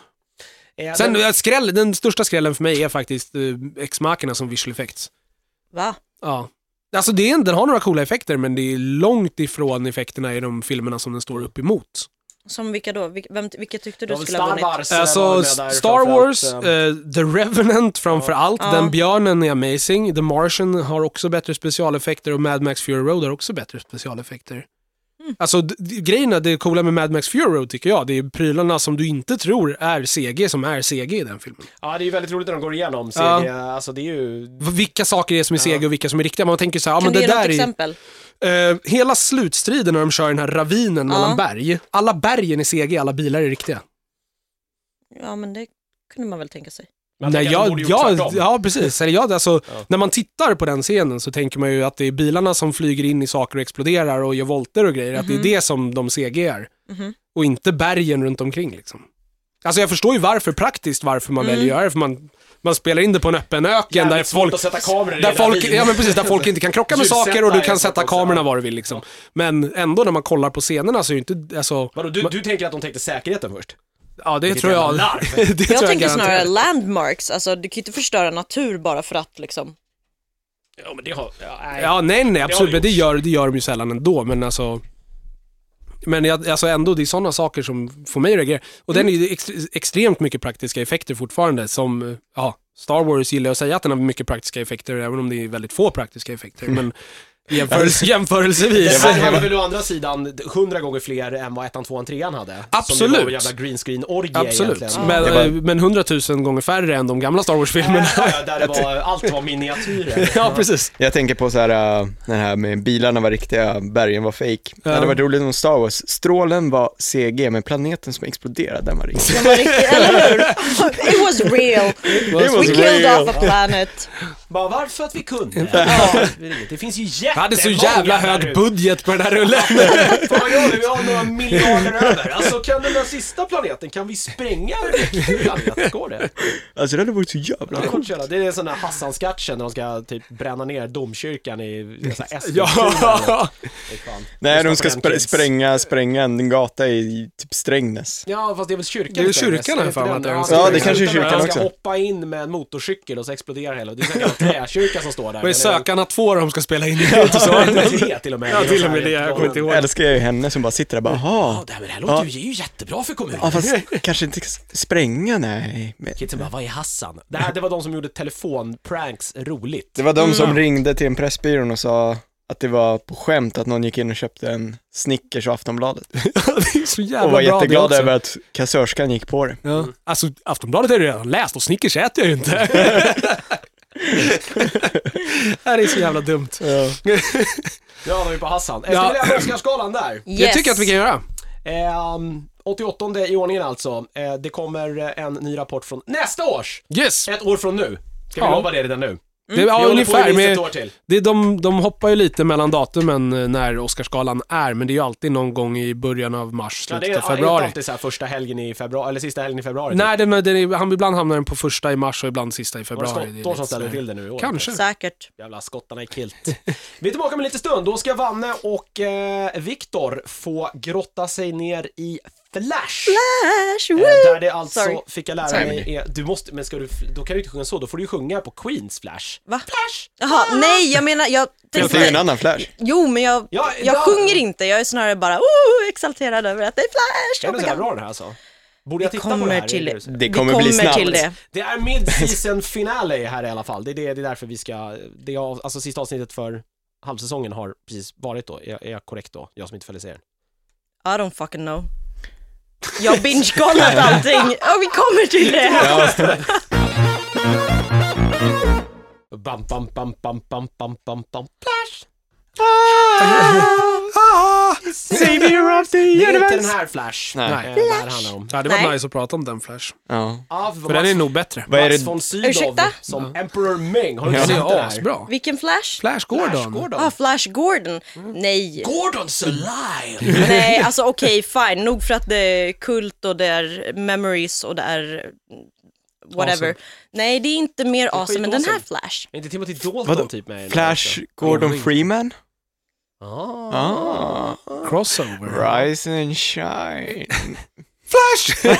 Sen den största skrällen för mig är faktiskt Ex-Machina som visual effects. Va? Ja. Alltså den har några coola effekter, men det är långt ifrån effekterna i de filmerna som den står upp emot. Som vilka då? Vilka tyckte du skulle ha vunnit? Alltså Star Wars, The Revenant framför allt. Den björnen är amazing. The Martian har också bättre specialeffekter och Mad Max Fury Road har också bättre specialeffekter. Alltså grejerna, det coola med Mad Max Fury Road tycker jag, det är prylarna som du inte tror är CG som är CG i den filmen. Ja, det är ju väldigt roligt när de går igenom CG, alltså det är ju... Vilka saker är som är CG och vilka som är riktiga. Man tänker så här, kan men du det ge något där exempel? Hela slutstriden när de kör den här ravinen mellan berg. Alla bergen är CG, alla bilar är riktiga. Ja, men det kunde man väl tänka sig. Nej, ja, precis. När man tittar på den scenen så tänker man ju att det är bilarna som flyger in i saker och exploderar och gör volter och grejer. Att det är det som de CG är. Och inte bergen runt omkring liksom. Alltså jag förstår ju varför man väljer att göra det. För man spelar in det på en öppen öken där folk inte kan krocka med saker och du kan sätta kamerorna var du vill liksom. Men ändå när man kollar på scenerna så är ju inte... Alltså, du tänker att de tänkte säkerheten först? Ja, det tror jag. Jag tänker snarare landmarks. Alltså, du kan ju inte förstöra natur bara för att liksom... Ja, men det har... Nej, absolut. Det gör de ju sällan ändå. Men alltså... alltså ändå, det är sådana saker som får mig att reagera. Och den är ju extremt mycket praktiska effekter fortfarande. Som, Star Wars gillar att säga att den har mycket praktiska effekter, även om det är väldigt få praktiska effekter. Men jämförelsevis. Det här var väl å andra sidan 100 gånger fler än vad 1, 2, 3 hade. Absolut. Som det var en jävla green screen-orgie. Absolut. Men 100 000 gånger färre än de gamla Star Wars-filmerna. Där allt var miniatyrer. Ja, precis. Jag tänker på så här, den här med bilarna var riktiga, bergen var fake. Det hade varit roligt om Star Wars. Strålen var CG, men planeten som exploderade, den var riktig. Den var riktig, eller hur? It was real. We killed off a planet. Bara varför att vi kunde? Det finns ju hade så jävla hög budget på den här rullen. Fan, vi har några miljarder över. Alltså kan den där sista planeten, kan vi spränga planet? Går det? Alltså det hade varit så jävla coolt. Det är en sån där Hassan-sketchen när de ska typ bränna ner domkyrkan i Nej, de ska spränga en gata i typ Strängnäs. Ja, fast det är väl kyrkan. Det är kyrkan här fan. Ja, det kanske är kyrkan också. De ska hoppa in med en motorcykel och så exploderar hela. Det är en träkyrka som står där. Och i Sökarna 2 de ska spela in till och med. Ja, till och med det. Jag kommer inte ihåg. Jag älskar ju henne som bara sitter där och bara, det här låter ju jättebra för kommunen. Ja, fast kanske inte spränga, nej. Kidsen bara, vad är Hassan? Det var de som gjorde telefonpranks roligt. Det var de som ringde till en pressbyrån och sa att det var på skämt att någon gick in och köpte en Snickers och Aftonbladet. Det är så jävla och var bra jätteglad över att kassörskan gick på det. Ja. Alltså, Aftonbladet har jag redan läst och Snickers äter jag ju inte. Det är så jävla dumt. Ja, då är vi på Hassan. Ska vi lämna Oscarsgalan där? Yes. Jag tycker att vi kan göra. 88 i ordningen alltså. Det kommer en ny rapport från nästa års. Yes. Ett år från nu. Ska vi lova det redan nu? Det är ungefär med, de hoppar ju lite mellan datumen när Oscarsgalan är, men det är ju alltid någon gång i början av mars, slutet av februari. Det är alltid så här första helgen i februari eller sista helgen i februari. Nej, ibland hamnar den på första i mars och ibland sista i februari. Var det som ställer till det nu i år? Kanske. Säkert. Jävla skottarna i kilt. Vi är tillbaka med lite stund. Då ska Vanne och Viktor få grotta sig ner i Flash, där det alltså fick jag lära mig du måste, men då kan du inte sjunga så, då får du ju sjunga på Queens Flash. Va? Flash! Jaha, nej, jag menar det är en annan Flash. Jo, men jag sjunger inte, jag är snarare bara exalterad över att det är Flash. Det är så bra det här alltså. Borde jag titta på det här? Det kommer bli snabbt. Det är mid-season finale här i alla fall. Det är därför vi ska, alltså sista avsnittet för halvsäsongen har precis varit då. Är jag korrekt då? Jag som inte följer serien. I don't fucking know. Jag binge-kollat allting och vi kommer till det. Bam bam bam bam bam bam bam bam Flash. Savior of the universe. Det är inte den här Flash. Nej. Det här handlar om. Ja, det var nice att prata om den Flash. Ja. För den är nog bättre. Mats von Sydow som Emperor Ming. Har du sett det här? Bra. Vilken Flash? Flash Gordon. Flash Gordon. Nej. Gordon's alive. Nej, alltså okej, fine. Nog för att det är kult och det är memories och det är whatever. Awesome. Nej, det är inte mer awesome än den här Flash. Är inte Timothy Dalton typ med? Flash Gordon Freeman? Crossover. Rise and shine. Flash! Det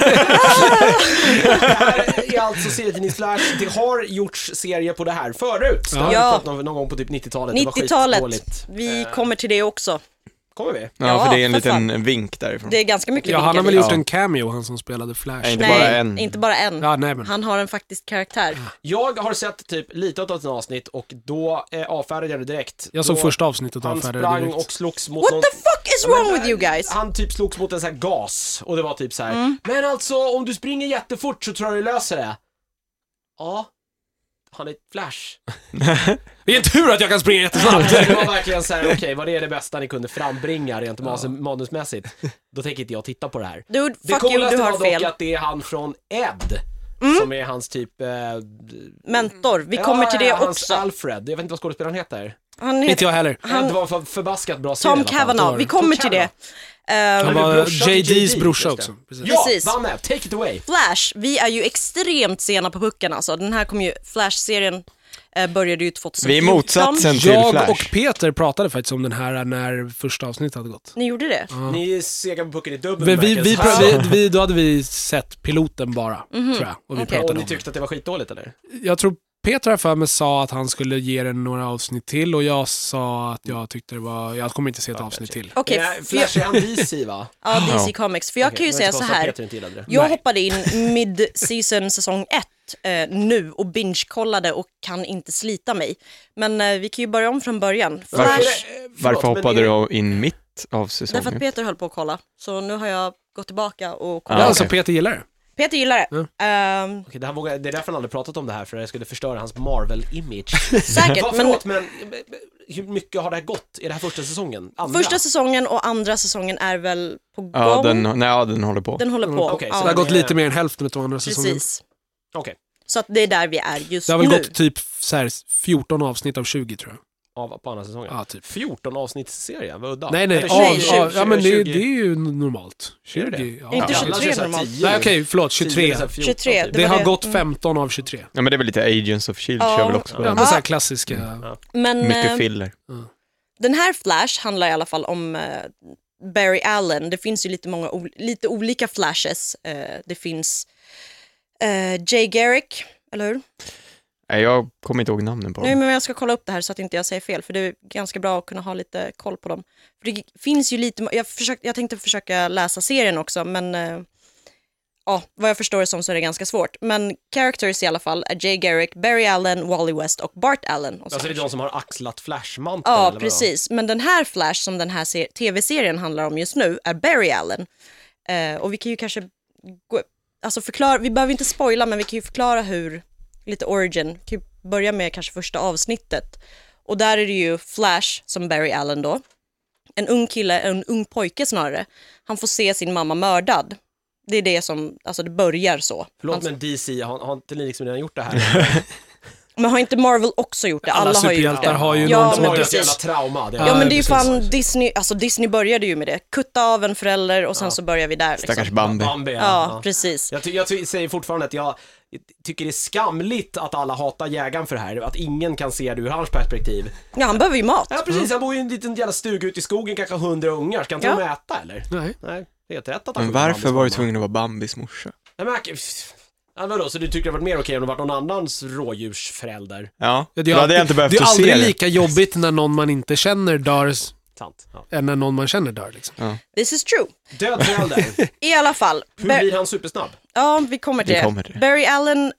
här är alltså serietidnings Flash. Det har gjorts serier på det här förut. Någon gång på typ 90-talet. 90-talet. Vi kommer till det också. Kommer vi? Ja, för det är en för liten vink därifrån. Det är ganska mycket Ja, han har vinkar väl dit. gjort en cameo, han som spelade Flash. Nej, Nej, bara en. inte bara en. Ja, nej, men. Han har en faktisk karaktär. Jag har sett typ lite av ett avsnitt och då avfärdade jag det direkt. Jag såg då första avsnittet och han avfärdade sprang direkt. och slogs mot What någon... the fuck is wrong with you guys? Han typ slogs mot en sån här gas och det var typ så här. Men alltså om du springer jättefort så tror jag du löser det. Ja. Han är Flash. Det är en tur att jag kan springa jättesnabbt. Det var verkligen så här, okej, vad är det bästa ni kunde frambringa rent manusmässigt? Då tänker inte jag titta på det här. Dude, Det fuck you, coolaste du var har dock fel. att det är han från Ed. Som är hans typ... Mentor, vi kommer till det hans också. Alfred, jag vet inte vad skådespelaren heter. Han Inte heter jag heller. Det var förbaskat bra serie, Tom i alla fall. Cavanaugh, vi kommer till det. Han är var brorsan till JDs JD, brorsa just det. också. Precis. Ja, Precis. var med, take it away. Flash, vi är ju extremt sena på pucken alltså. Den här kom ju, Flash-serien började ju 2014. Vi är motsatsen till Jag Flash. och Peter pratade faktiskt om den här när första avsnittet hade gått. Ni gjorde det? Ni är sega på pucken i dubbel Då hade vi sett piloten bara, tror jag. Och vi Okej. Och pratade ni om det. tyckte att det var skitdåligt eller? Jag tror Peter här för mig sa att han skulle ge den några avsnitt till och jag sa att jag tyckte det var, jag kommer inte se ett avsnitt till. Okej, Flash är han DC va? ja, DC Comics. För jag kan ju säga så här. Peter inte gillade det. Jag Nej. hoppade in mid-season säsong 1 nu och binge-kollade och kan inte slita mig. Men vi kan ju börja om från början. Flash, Varför hoppade du in mitt av därför att säsongen? Peter höll på att kolla. Så nu har jag gått tillbaka och Ja, kollat. alltså okej. Peter gillar det. Peter gillar det. Okej, det är därför han aldrig pratat om det här, för jag skulle förstöra hans Marvel-image. Säkert, men Förlåt, men hur mycket har det här gått? Är det här första säsongen? Andra? första säsongen och andra säsongen är väl på gång. Ja, den håller på. Den håller på. Okej, så Så det har gått lite mer än hälften av andra säsongen. Precis. Okej, Så att det är där vi är just Det har väl nu. gått typ så här 14 avsnitt av 20 tror jag. på andra säsongen. Ja, typ. 14 avsnittsserie, vad udda. Nej, Eller Nej, 20, ja men det 20. är ju normalt. 20. Är det? Ja. Inte Ja, 23 annars är det så här normalt. 10. Nej okej, förlåt, 23. 23, Det var har det. gått 15 av 23. Ja, men det är väl lite Agents of Shield Ja. kör väl också på Ja, den. men så här klassiska. Men Mycket filler. den här Flash handlar i alla fall om Barry Allen. Det finns ju lite olika Flashes. Det finns Jay Garrick, eller hur? Nej, jag kommer inte ihåg namnen på Nej, dem. men jag ska kolla upp det här så att inte jag säger fel, för det är ganska bra att kunna ha lite koll på dem. För det finns ju lite, jag tänkte försöka läsa serien också, men ja, vad jag förstår det som så är det ganska svårt. Men characters i alla fall är Jay Garrick, Barry Allen, Wally West och Bart Allen. Och så. Alltså det är de som har axlat Flashmanteln, Ja, eller vadå? precis. Men den här Flash som den här tv-serien handlar om just nu är Barry Allen. Och vi kan ju kanske förklara, vi behöver inte spoila, men vi kan ju förklara hur, lite origin, vi kan ju börja med kanske första avsnittet. Och där är det ju Flash som Barry Allen då. En ung kille, en ung pojke snarare. Han får se sin mamma mördad. Det är det som, alltså det börjar så. Förlåt, men DC, har inte ni liksom redan gjort det här? Men har inte Marvel också gjort det? Alla Har ju gjort superhjältar det. har ju Ja, någon som De har har ju dött. ett jävla trauma. Ja, men det är ju precis. fan Disney, alltså Disney började ju med det. Kutta av en förälder och sen så börjar vi där liksom. Stackars Bambi. Bambi, Ja, precis. Jag säger fortfarande att jag tycker det är skamligt att alla hatar jägaren för det här. Att ingen kan se det ur hans perspektiv. Ja, han behöver ju mat. Ja, precis. Han bor ju i en liten jävla stuga ute i skogen, kanske 100 ungar. Ska inte Ja. de äta, eller? Nej. Nej, det är helt rätt att han Men skjuter varför Bambis var du mamma. tvungen att vara Bambis morsa? Nej, men ja, vadå, så du tycker det varit mer okej om det varit någon annans rådjursförälder? Ja, Det då är hade jag inte behövt det är att se aldrig det. lika jobbigt när någon man inte känner dör Sant. Ja. än när någon man känner dör liksom. This is true. Död förälder. I alla fall. Hur blir han supersnabb? Ja, vi kommer till Vi det. kommer till det. Barry Allen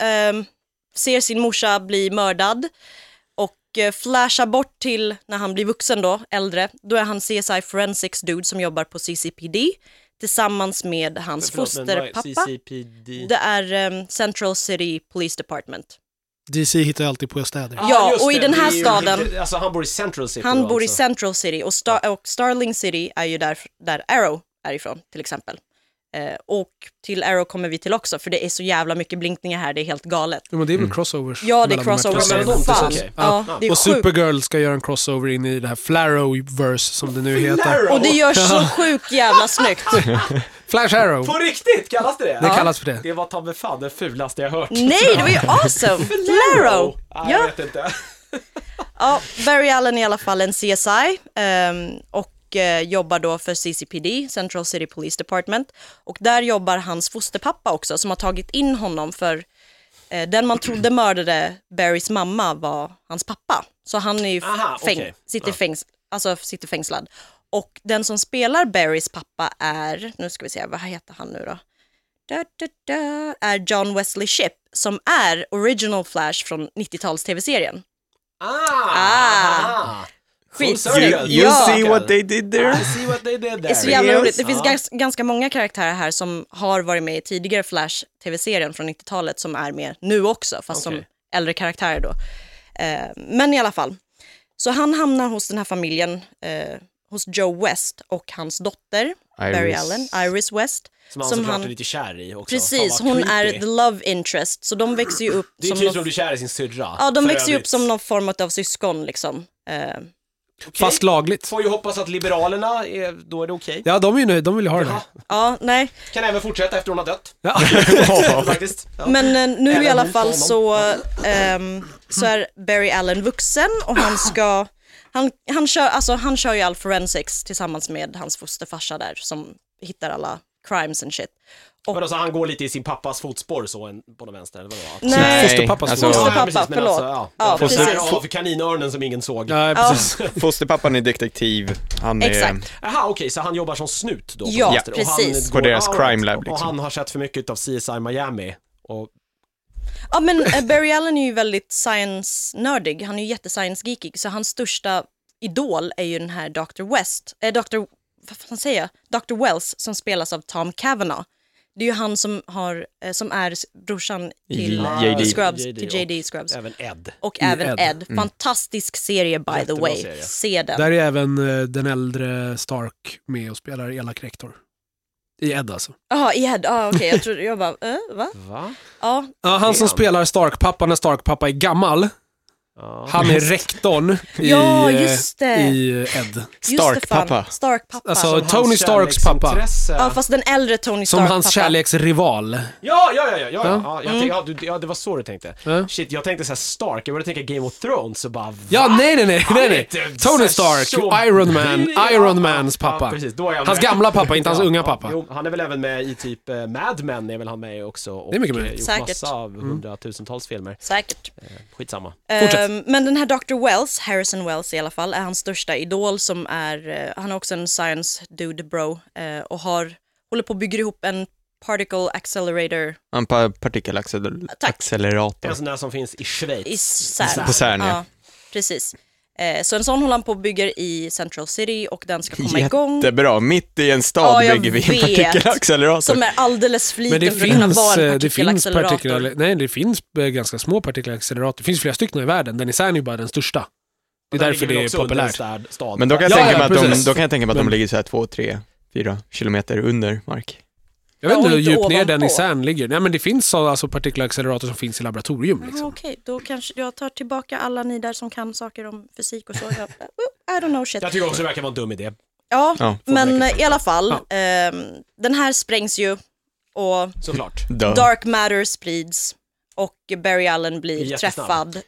ser sin morsa bli mördad och flashar bort till när han blir vuxen då, äldre. Då är han CSI Forensics dude som jobbar på CCPD tillsammans med hans fosterpappa. CCPD. Det är Central City Police Department. DC hittar ju alltid på städer. Ja, just och i det, den här det är ju- staden- Alltså han bor i Central City. Han då, bor i alltså. Central City och, Starling City är ju där Arrow är ifrån till exempel. Och till Arrow kommer vi till också, för det är så jävla mycket blinkningar här, det är helt galet. Ja, men det är väl crossovers? Ja, det är mellan de här crossovers två Ja, men som de- serierna. fan. okej. Ja, det är Och sjukt. Supergirl ska göra en crossover in i det här Flarrowverse som det nu heter. Flarrow? Och det görs så sjukt jävla snyggt. Flash Arrow. På riktigt, kallas det det? Det kallas för det. Det var ta mig fan det fulaste jag hört. Nej, det var ju awesome! Flarrow! Nej, jag Ja. vet inte. Ja, Barry Allen är i alla fall en CSI och jobbar då för CCPD, Central City Police Department. Och där jobbar hans fosterpappa också, som har tagit in honom för den man trodde mördade Barrys mamma var hans pappa. Så han är ju Aha, okej. sitter fängslad. Och den som spelar Barrys pappa är, nu ska vi se, vad heter han nu då? Är John Wesley Shipp, som är original Flash från 90-tals tv-serien. You see what they did there? Det är så jävla roligt. Det finns ganska många karaktärer här som har varit med i tidigare Flash tv-serien från 90-talet som är med nu också, fast som äldre karaktärer då. Men i alla fall. Så han hamnar hos den här familjen, hos Joe West och hans dotter, Barry Allen, Iris West. Som han är lite kär i också. Precis, hon är the love interest. Så de växer ju upp det är typ som du är kär i sin syrra. Ja, de växer ju upp som någon form av syskon liksom. Fast lagligt. Får ju hoppas att liberalerna, då är det okej. Ja, de är ju nöjda, de vill ju ha det. Ja, nej. Kan även fortsätta efter hon har dött. Ja. Faktiskt. Ja. Men nu även i alla fall så är Barry Allen vuxen och han kör ju all forensics tillsammans med hans fosterfarsa där som hittar alla crimes and shit. Men alltså han går lite i sin pappas fotspår så på den vänster eller vad? Nej, fosterpappas fosterpappa, förlåt. Precis. För kaninörnen som ingen såg. Ja, precis. Fosterpappan är detektiv. Han är... Exakt. Jaha, okej, så han jobbar som snut då? Ja, precis. På deras crime lab liksom. Och han har sett för mycket av CSI Miami. Och... Ja, men Barry Allen är ju väldigt science-nördig. Han är ju jätte-science-geekig. Så hans största idol är ju den här Dr. Wells som spelas av Tom Cavanaugh. Det är ju han som är brorsan till Scrubs, till JD Scrubs. Även Ed. Och även Ed. Fantastisk serie by the way. Serie. Se den. Där är även den äldre Stark med och spelar elak rektor. I Ed alltså. Jaha, i Ed. Okej. Jag trodde jag bara, va? Ja. Han som spelar Stark-pappa när Stark-pappa är gammal. Han är rektorn i Ed. Stark-pappa. Stark-pappa. Alltså Tony Starks pappa. Ja, fast den äldre Tony Stark som hans kärleksrival. Ja, det var så du tänkte. Shit, jag tänkte så här Stark. Jag började tänka Game of Thrones och bara, ja, nej. Tony Stark, Iron Mans pappa. Ja, precis, då är hans gamla pappa, inte hans unga pappa. Jo, han är väl även med i typ Mad Men är väl han med också. Och det är mycket möjligt. gjort Säkert. massa av 100-tusentals filmer. Säkert. Skitsamma. Men den här Dr. Wells, Harrison Wells i alla fall, är hans största idol som är, han är också en science dude bro och håller på att bygga ihop en particle accelerator. En partikelaccelerator. En sån där som finns i Schweiz. I CERN. På CERN, ja. Precis. Så en sån håller han på att bygga i Central City och den ska komma igång. Jättebra, mitt i en stad bygger vi en partikelaccelerator. Som är alldeles för liten för att kunna vara en partikelaccelerator. Det finns ganska små partikelacceleratorer. Det finns flera stycken i världen. Den i CERN är bara den största. Det är därför det är populärt. Men då kan jag tänka mig att de ligger så här 2, 3, 4 kilometer under mark. Jag vet inte hur djupt ner den i CERN ligger. Nej, men det finns alltså partikelaccelerator som finns i laboratorium. Liksom. Okej, då kanske jag tar tillbaka alla ni där som kan saker om fysik och så. I don't know shit. Jag tycker också det verkar vara en dum idé. Ja, men i alla fall. Den här sprängs ju och såklart. Dark matter sprids och Barry Allen blir träffad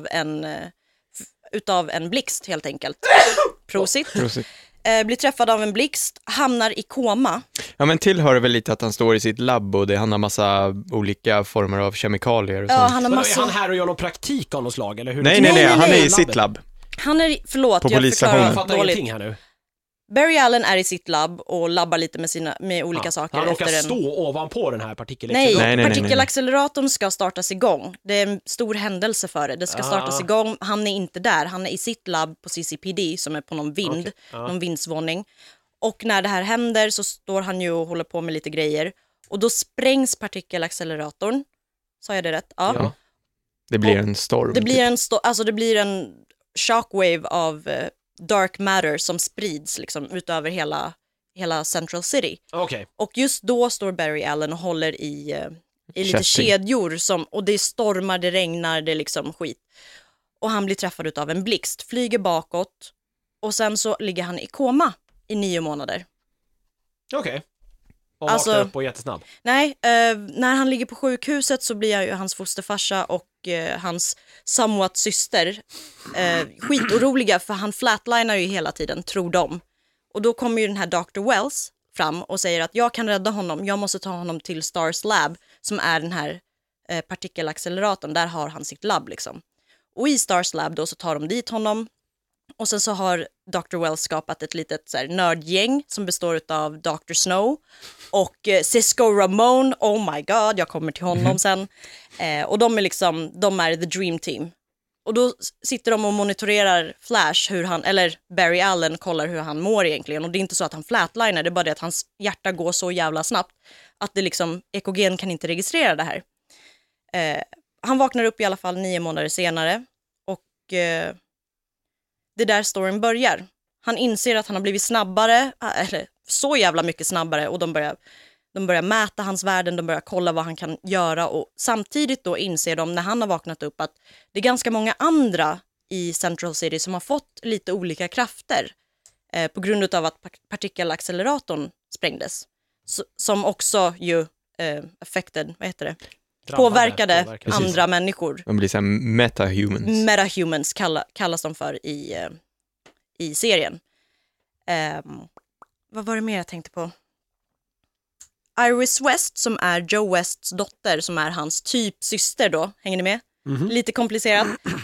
utav en blixt helt enkelt. Prosit. Blir träffad av en blixt, hamnar i koma. Ja, men tillhör väl lite att han står i sitt labb och han har massa olika former av kemikalier och sånt. Är han här och gör någon praktik av något slag? Eller hur? Nej, han är i sitt labb. Han är, förlåt, på jag förklarar fattar ingenting här nu. Barry Allen är i sitt labb och labbar lite med olika saker. Han råkar stå ovanpå den här partikelacceleratorn. Nej, partikelacceleratorn ska startas igång. Det är en stor händelse för det. Det ska startas igång. Han är inte där. Han är i sitt labb på CCPD som är på någon någon vindsvåning. Och när det här händer så står han ju och håller på med lite grejer. Och då sprängs partikelacceleratorn. Sa jag det rätt? Ja. Det blir en storm. Det blir en shockwave av dark matter som sprids liksom utöver hela Central City. Okay. Och just då står Barry Allen och håller i lite kedjor och det stormar, det regnar, det är liksom skit. Och han blir träffad av en blixt, flyger bakåt och sen så ligger han i koma i 9 månader. Okej. Och vaknar upp och jättesnabb. Nej, när han ligger på sjukhuset så blir ju hans fosterfarsa och hans somewhat syster skitoroliga för han flatlinar ju hela tiden, tror de. Och då kommer ju den här Dr. Wells fram och säger att jag kan rädda honom, jag måste ta honom till Stars Lab som är den här partikelacceleratorn, där har han sitt labb liksom. Och i Stars Lab då så tar de dit honom Och sen så har Dr. Wells skapat ett litet så här, nördgäng som består av Dr. Snow och Cisco Ramon. Oh my god, jag kommer till honom sen. Och de är the dream team. Och då sitter de och monitorerar Flash, eller Barry Allen kollar hur han mår egentligen. Och det är inte så att han flatliner, det är bara det att hans hjärta går så jävla snabbt att det EKG:n kan inte registrera det här. Han vaknar upp i alla fall 9 månader senare och det där storyn börjar. Han inser att han har blivit snabbare, eller så jävla mycket snabbare, och de börjar mäta hans värden, de börjar kolla vad han kan göra, och samtidigt då inser de när han har vaknat upp att det är ganska många andra i Central City som har fått lite olika krafter på grund av att partikelacceleratorn sprängdes. Som också ju påverkade andra människor. De blir så här metahumans. Metahumans kallas de för i serien. Vad var det mer jag tänkte på? Iris West, som är Joe Wests dotter, som är hans typ syster då, hänger ni med? Lite komplicerat.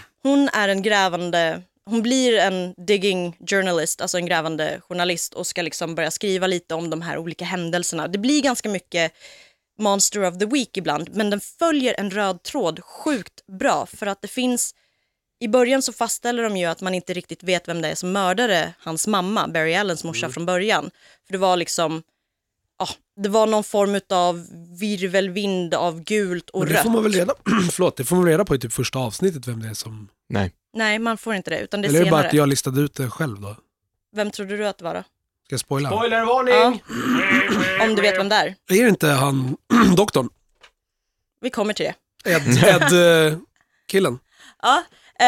Hon blir en digging journalist, alltså en grävande journalist, och ska börja skriva lite om de här olika händelserna. Det blir ganska mycket Monster of the Week ibland, men den följer en röd tråd sjukt bra, för att det finns, i början så fastställer de ju att man inte riktigt vet vem det är som mördade hans mamma, Barry Allens morsa, från början. För det var det var någon form av virvelvind av gult och rött. Det får man väl reda på i typ första avsnittet vem det är som... Nej, man får inte det, utan det är senare. Eller är det bara att jag listade ut det själv då? Vem trodde du att det var då? Ska jag spoila? Spoilervarning! Ja. Om du vet vem det är. Är det inte han, doktorn? Vi kommer till det. Ed killen. Ja,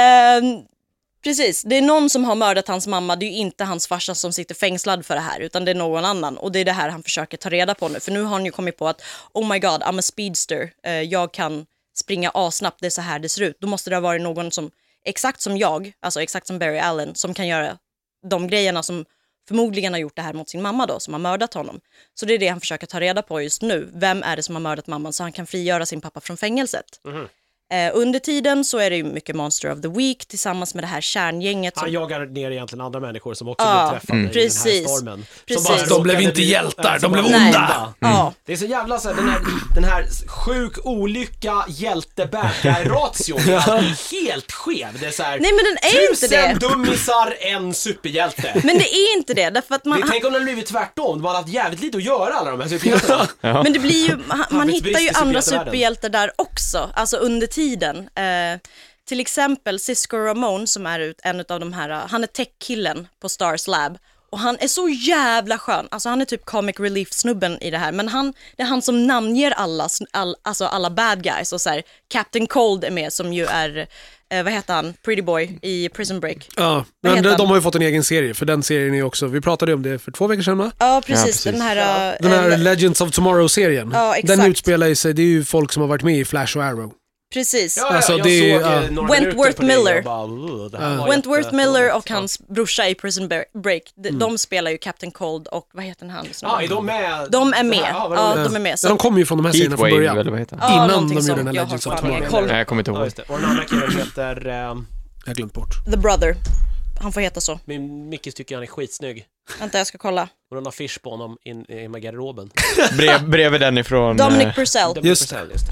precis. Det är någon som har mördat hans mamma. Det är ju inte hans farsa som sitter fängslad för det här, utan det är någon annan. Och det är det här han försöker ta reda på nu. För nu har han ju kommit på att oh my god, I'm a speedster. Jag kan springa asnabbt, det är så här det ser ut. Då måste det ha varit någon som, exakt som jag, alltså exakt som Barry Allen, som kan göra de grejerna som förmodligen har gjort det här mot sin mamma då, som har mördat honom. Så det är det han försöker ta reda på just nu. Vem är det som har mördat mamman, så han kan frigöra sin pappa från fängelset. Under tiden så är det ju mycket Monster of the Week tillsammans med det här kärngänget. Han jagar ner egentligen andra människor som också blir träffade i den här stormen. Precis. De blev inte hjältar, de blev onda. Det är så jävla så här, den här sjuk olycka hjälte-bad-guy-ration är helt skev. Det är så här, nej, men den är inte det. 1000 dummisar, en superhjälte. Men det är inte det, därför att tänk om det hade blivit tvärtom. De hade haft jävligt lite att göra, alla de här superhjältarna. Men det blir ju, man hittar ju andra superhjältar där också, alltså under tiden. Till exempel Cisco Ramon, som är en av de här, han är tech-killen på Stars Lab, och han är så jävla skön. Alltså han är typ comic relief-snubben i det här, men det är han som namnger alla bad guys, och så här, Captain Cold är med, som ju är vad heter han? Pretty Boy i Prison Break. Ja, men de har ju fått en egen serie, för den serien är också, vi pratade om det för 2 veckor sedan, va? Ja, precis. Den här Legends of Tomorrow-serien. Ja, den utspelar sig, det är ju folk som har varit med i Flash och Arrow. Precis. Alltså, Wentworth Miller. Wentworth Miller och hans brorsa i Prison Break. De spelar ju Captain Cold och vad heter han? Är de med? De är med. De är med. Så de kommer ju från de här serierna från början. Eller vad heter innan de gjorde den här Legends of Tomorrow. Jag kommer inte ihåg. Och den andra killen heter... Jag har glömt bort. The Brother. Han får heta så. Min Mickis tycker han är skitsnygg. Vänta, jag ska kolla. Och den har fish på honom i garderoben. Bredvid den ifrån... Dominic Purcell. Just.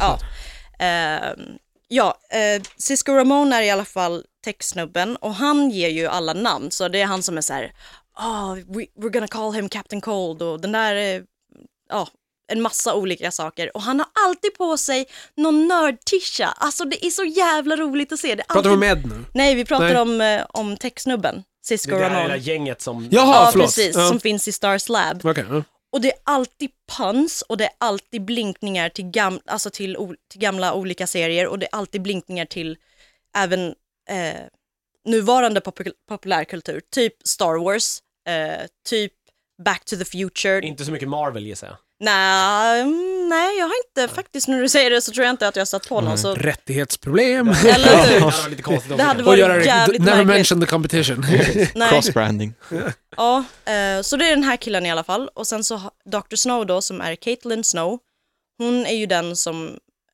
Ja. Cisco Ramon är i alla fall tech-snubben, och han ger ju alla namn, så det är han som är så här: we're gonna call him Captain Cold, och den där en massa olika saker, och han har alltid på sig någon nörd-tisha. Alltså det är så jävla roligt att se det. Pratar du om Ed nu? Nej, vi pratar om tech-snubben Cisco Ramon. Det är det gänget som... Jaha, förlåt. Precis, som finns i Stars Lab. Okay. Och det är alltid puns, och det är alltid blinkningar till gamla olika serier, och det är alltid blinkningar till även nuvarande populärkultur. Typ Star Wars, typ Back to the Future. Inte så mycket Marvel, gissar jag. Nej, jag har inte faktiskt, när du säger det så tror jag inte att jag har satt på någon. Så... Rättighetsproblem. Eller hur? Det hade varit jävligt never märkligt. mention the competition. Cross-branding. Ja, så det är den här killen i alla fall. Och sen så Dr. Snow då, som är Caitlin Snow. Hon är ju den som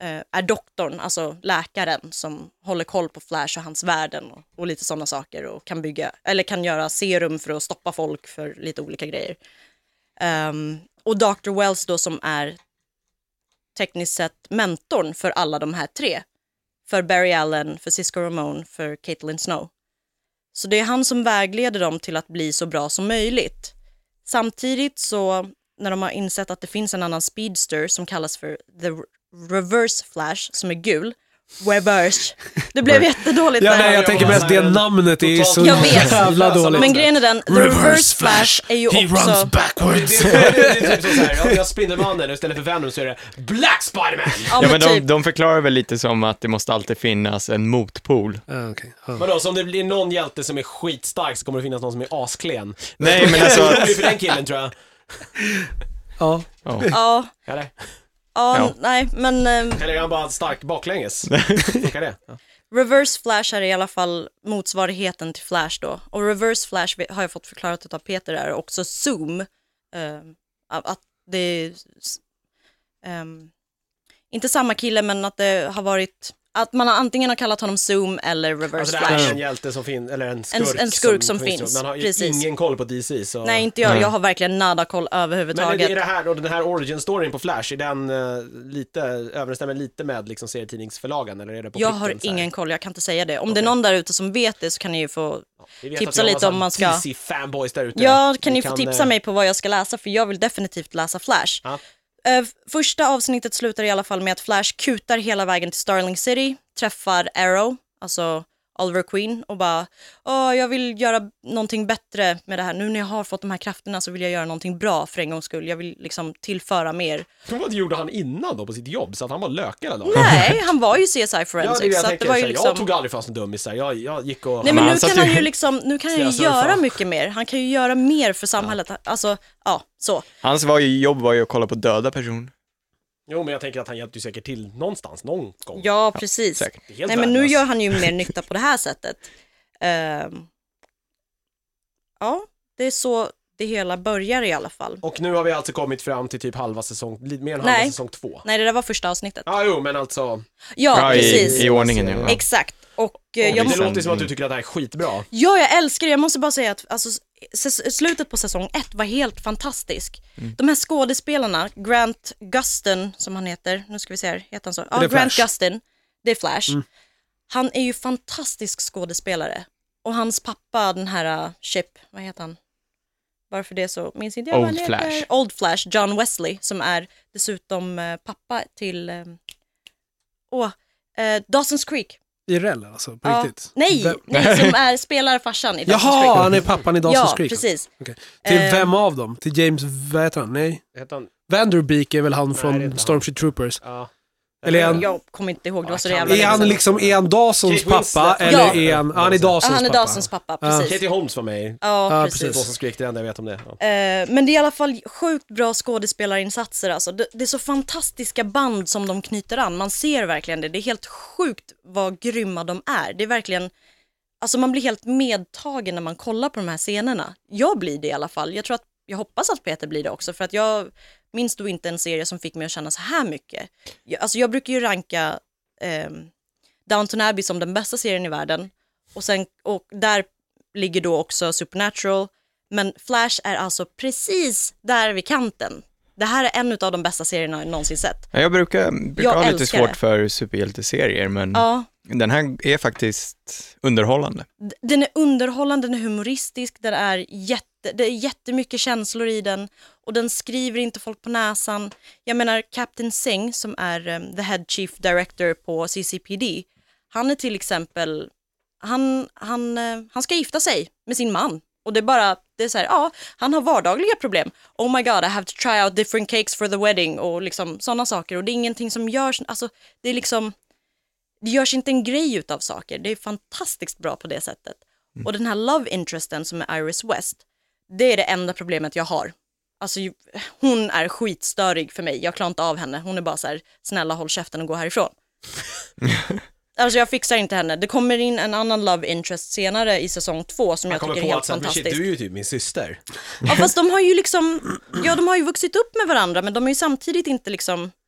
är doktorn, alltså läkaren som håller koll på Flash och hans värden och lite sådana saker och kan göra serum för att stoppa folk för lite olika grejer. Och Dr. Wells då som är tekniskt sett mentorn för alla de här 3. För Barry Allen, för Cisco Ramon, för Caitlin Snow. Så det är han som vägleder dem till att bli så bra som möjligt. Samtidigt så när de har insett att det finns en annan speedster som kallas för The Reverse Flash som är gul. Reverse. Det blev jättedåligt där. Nej, jag tänker mest det namnet är så jävla dåligt. Men grejen är den, The Reverse Flash är ju också... He runs backwards. Det är typ så här, om jag Spindelmannen och istället för Venom så är det Black Spider-Man. Ja, men typ. de förklarar väl lite som att det måste alltid finnas en motpol. Vadå, så om det blir någon hjälte som är skitstark så kommer det finnas någon som är asklen. Nej, men alltså... Det är för den killen, tror jag. Ja. Eller? Ja, nej, men... Eller är han bara stark baklänges? Funkar det? Ja. Reverse Flash är i alla fall motsvarigheten till Flash då. Och Reverse Flash har jag fått förklarat av Peter är också Zoom. Att det är... inte samma kille, men att det har varit... Att man antingen har kallat honom Zoom eller Reverse Flash. Det är en hjälte som finns, eller en skurk som finns. Man har ju precis. ingen koll på DC. Så... Nej, inte jag. Jag har verkligen nada koll överhuvudtaget. Men är det här, och den här origin-storyn på Flash, är den överensstämmer lite med liksom serietidningsförlagen? Eller är det på jag har ingen koll, jag kan inte säga det. Om det är någon där ute som vet det så kan ni ju få tipsa lite om man ska... DC-fanboys där ute. Ja, kan ni få tipsa mig på vad jag ska läsa, för jag vill definitivt läsa Flash. Ja. Första avsnittet slutar i alla fall med att Flash kutar hela vägen till Starling City, träffar Arrow, alltså Oliver Queen, och bara jag vill göra någonting bättre med det här. Nu när jag har fått de här krafterna så vill jag göra någonting bra för en gångs skull. Jag vill liksom tillföra mer. Vad gjorde han innan då på sitt jobb? Så att han var lökare då? Nej, han var ju CSI Forensics. Ja, så att det var ju liksom... Jag tog aldrig fast en dummis där. Jag gick och... Nej, men nu kan han ju liksom, nu kan han ju göra mycket mer. Han kan ju göra mer för samhället. Ja. Alltså, ja, så. Hans jobb var ju att kolla på döda personer. Jo, men jag tänker att han hjälpte ju säkert till någonstans, någon gång. Ja, precis. Nej, men nu gör han ju mer nytta på det här sättet. Ja, det är så det hela börjar i alla fall. Och nu har vi alltså kommit fram till typ halva säsong, lite mer än halva säsong 2. Nej, det där var första avsnittet. Ja, jo, men alltså... Ja, precis. I ordningen, ja. Exakt. Och det låter som att du tycker att det här är skitbra. Ja, jag älskar det. Jag måste bara säga att alltså, slutet på säsong 1 var helt fantastisk. De här skådespelarna, Grant Gustin som han heter, nu ska vi se här, heter han så? Ja, Grant Gustin, det är Flash. Han är ju fantastisk skådespelare. Och hans pappa, den här Chip, vad heter han? Varför det så, minns inte jag vad han heter? Old Flash, John Wesley, som är dessutom pappa till Dawson's Creek. Irrell alltså, på riktigt? Nej, som är spelar farsan i Dawson's Creek. Jaha, han är pappan i Dawson's Creek. Ja, precis. Okay. Till vem av dem? Till James, vad heter han? Nej. Vanderbeek är väl han från Stormship Troopers. Ja. Eller jag kommer inte ihåg, det var så jävla är han Dawsons pappa eller är han är Dawsons pappa? Han är Dawsons pappa, precis. Katie Holmes var med. Ja, precis. Dawson's Creek, det enda jag vet om det. Ja. Men det är i alla fall sjukt bra skådespelarinsatser alltså. Det är så fantastiska band som de knyter an. Man ser verkligen det. Det är helt sjukt vad grymma de är. Det är verkligen, alltså man blir helt medtagen när man kollar på de här scenerna. Jag blir det i alla fall. Jag hoppas att Peter blir det också, för att jag minns då inte en serie som fick mig att känna så här mycket. Jag brukar ju ranka Downton Abbey som den bästa serien i världen, och där ligger då också Supernatural, men Flash är alltså precis där vid kanten. Det här är en av de bästa serierna jag någonsin sett. Jag brukar ha lite svårt för superhjälteserier, men den här är faktiskt underhållande. Den är underhållande, den är humoristisk, det är jättemycket känslor i den, och den skriver inte folk på näsan. Jag menar, Captain Singh som är the head chief director på CCPD, han är till exempel han ska gifta sig med sin man, och det är så här, han har vardagliga problem. Oh my god, I have to try out different cakes for the wedding och liksom sådana saker, och det är ingenting som görs, alltså det är liksom, det görs inte en grej utav saker. Det är fantastiskt bra på det sättet. Och den här love interesten som är Iris West, det är det enda problemet jag har. Alltså hon är skitstörig för mig. Jag klarar inte av henne. Hon är bara så här, snälla håll käften och gå härifrån. Alltså jag fixar inte henne. Det kommer in en annan love interest senare i säsong 2 som jag tycker är helt fantastisk. Du är ju typ min syster. Ja, fast de har ju liksom, de har ju vuxit upp med varandra, men de är ju samtidigt inte liksom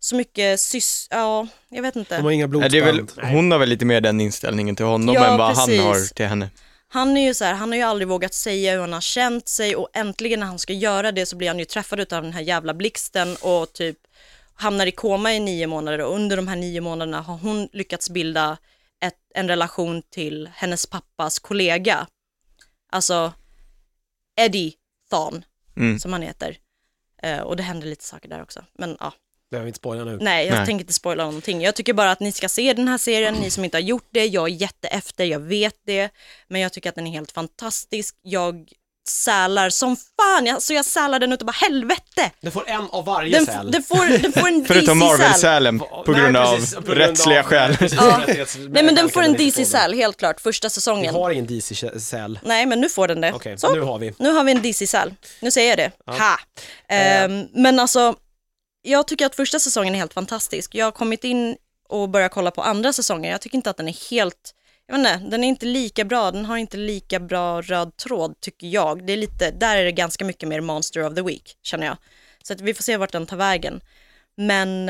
så mycket jag vet inte. De har inga blodsband. Det är väl, hon har väl lite mer den inställningen till honom än vad han har till henne. Han är ju så här, han har ju aldrig vågat säga hur han har känt sig och äntligen när han ska göra det så blir han ju träffad av den här jävla blixten och typ hamnar i koma i 9 månader och under de här 9 månaderna har hon lyckats bilda en relation till hennes pappas kollega. Alltså Eddie Thawne som han heter. Och det händer lite saker där också. Men ja. Det har vi inte spoilat nu. Nej, jag tänker inte spoila någonting. Jag tycker bara att ni ska se den här serien, ni som inte har gjort det. Jag är jätteefter, jag vet det. Men jag tycker att den är helt fantastisk. Jag sälar som fan. Jag sälar den utav bara helvete. Den får en av varje säl. Den får en DC-säl. Förutom Marvel-sälen på grund av rättsliga skäl. Nej, men den får en DC-säl, helt klart, första säsongen. Vi har ingen DC-säl. Nej, men nu får den det. Okej, så, nu har vi en DC-säl. Nu säger jag det. Ha! Men alltså, jag tycker att första säsongen är helt fantastisk. Jag har kommit in och börjat kolla på andra säsonger. Jag tycker inte att den är helt... Jag vet inte, den är inte lika bra. Den har inte lika bra röd tråd, tycker jag. Det är lite, där är det ganska mycket mer Monster of the Week, känner jag. Så att vi får se vart den tar vägen. Men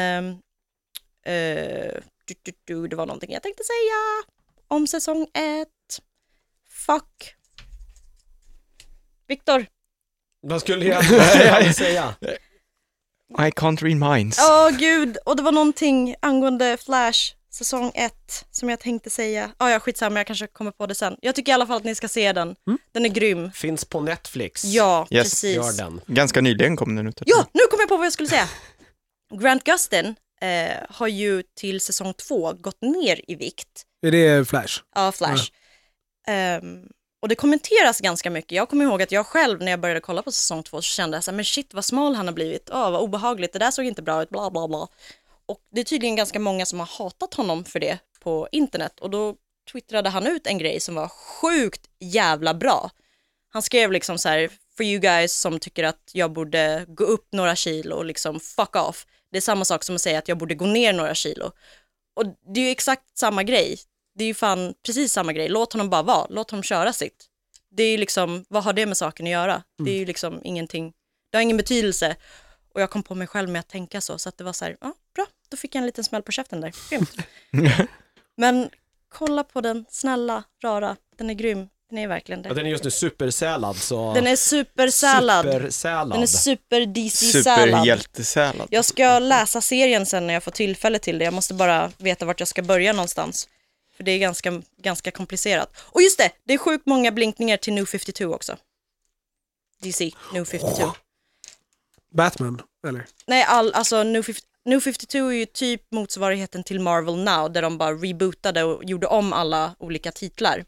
det var någonting jag tänkte säga om säsong 1. Fuck. Viktor. Vad skulle jag säga? I can't read minds. Gud. Och det var någonting angående Flash säsong 1 som jag tänkte säga. Skitsamma, jag kanske kommer på det sen. Jag tycker i alla fall att ni ska se den. Den är grym. Finns på Netflix. Ja, precis. Gör den. Ganska nyligen kom den ut. Ja, nu kom jag på vad jag skulle säga. Grant Gustin har ju till säsong 2 gått ner i vikt. Är det Flash? Ja, Flash. Och det kommenteras ganska mycket. Jag kommer ihåg att jag själv när jag började kolla på säsong 2 så kände jag så här, men shit vad smal han har blivit. Vad obehagligt, det där såg inte bra ut, bla bla bla. Och det är tydligen ganska många som har hatat honom för det på internet. Och då twittrade han ut en grej som var sjukt jävla bra. Han skrev liksom så här, for you guys som tycker att jag borde gå upp några kilo och liksom fuck off. Det är samma sak som att säga att jag borde gå ner några kilo. Och det är ju exakt samma grej. Det är ju fan precis samma grej. Låt honom bara vara. Låt honom köra sitt. Det är ju liksom, vad har det med saken att göra? Det är ju liksom ingenting. Det har ingen betydelse. Och jag kom på mig själv med att tänka så. Så att det var så här, bra. Då fick jag en liten smäll på käften där. Grymt. Men kolla på den. Snälla, rara. Den är grym. Den är verkligen det. Ja, den är just nu supersälad. Så... Den är supersälad. Den är super-DC-sälad. Superhjältesälad. Jag ska läsa serien sen när jag får tillfälle till det. Jag måste bara veta vart jag ska börja någonstans. För det är ganska komplicerat. Och just det, det är sjukt många blinkningar till New 52 också. DC, New 52. Batman, eller? Nej, alltså New 52 är ju typ motsvarigheten till Marvel Now. Där de bara rebootade och gjorde om alla olika titlar.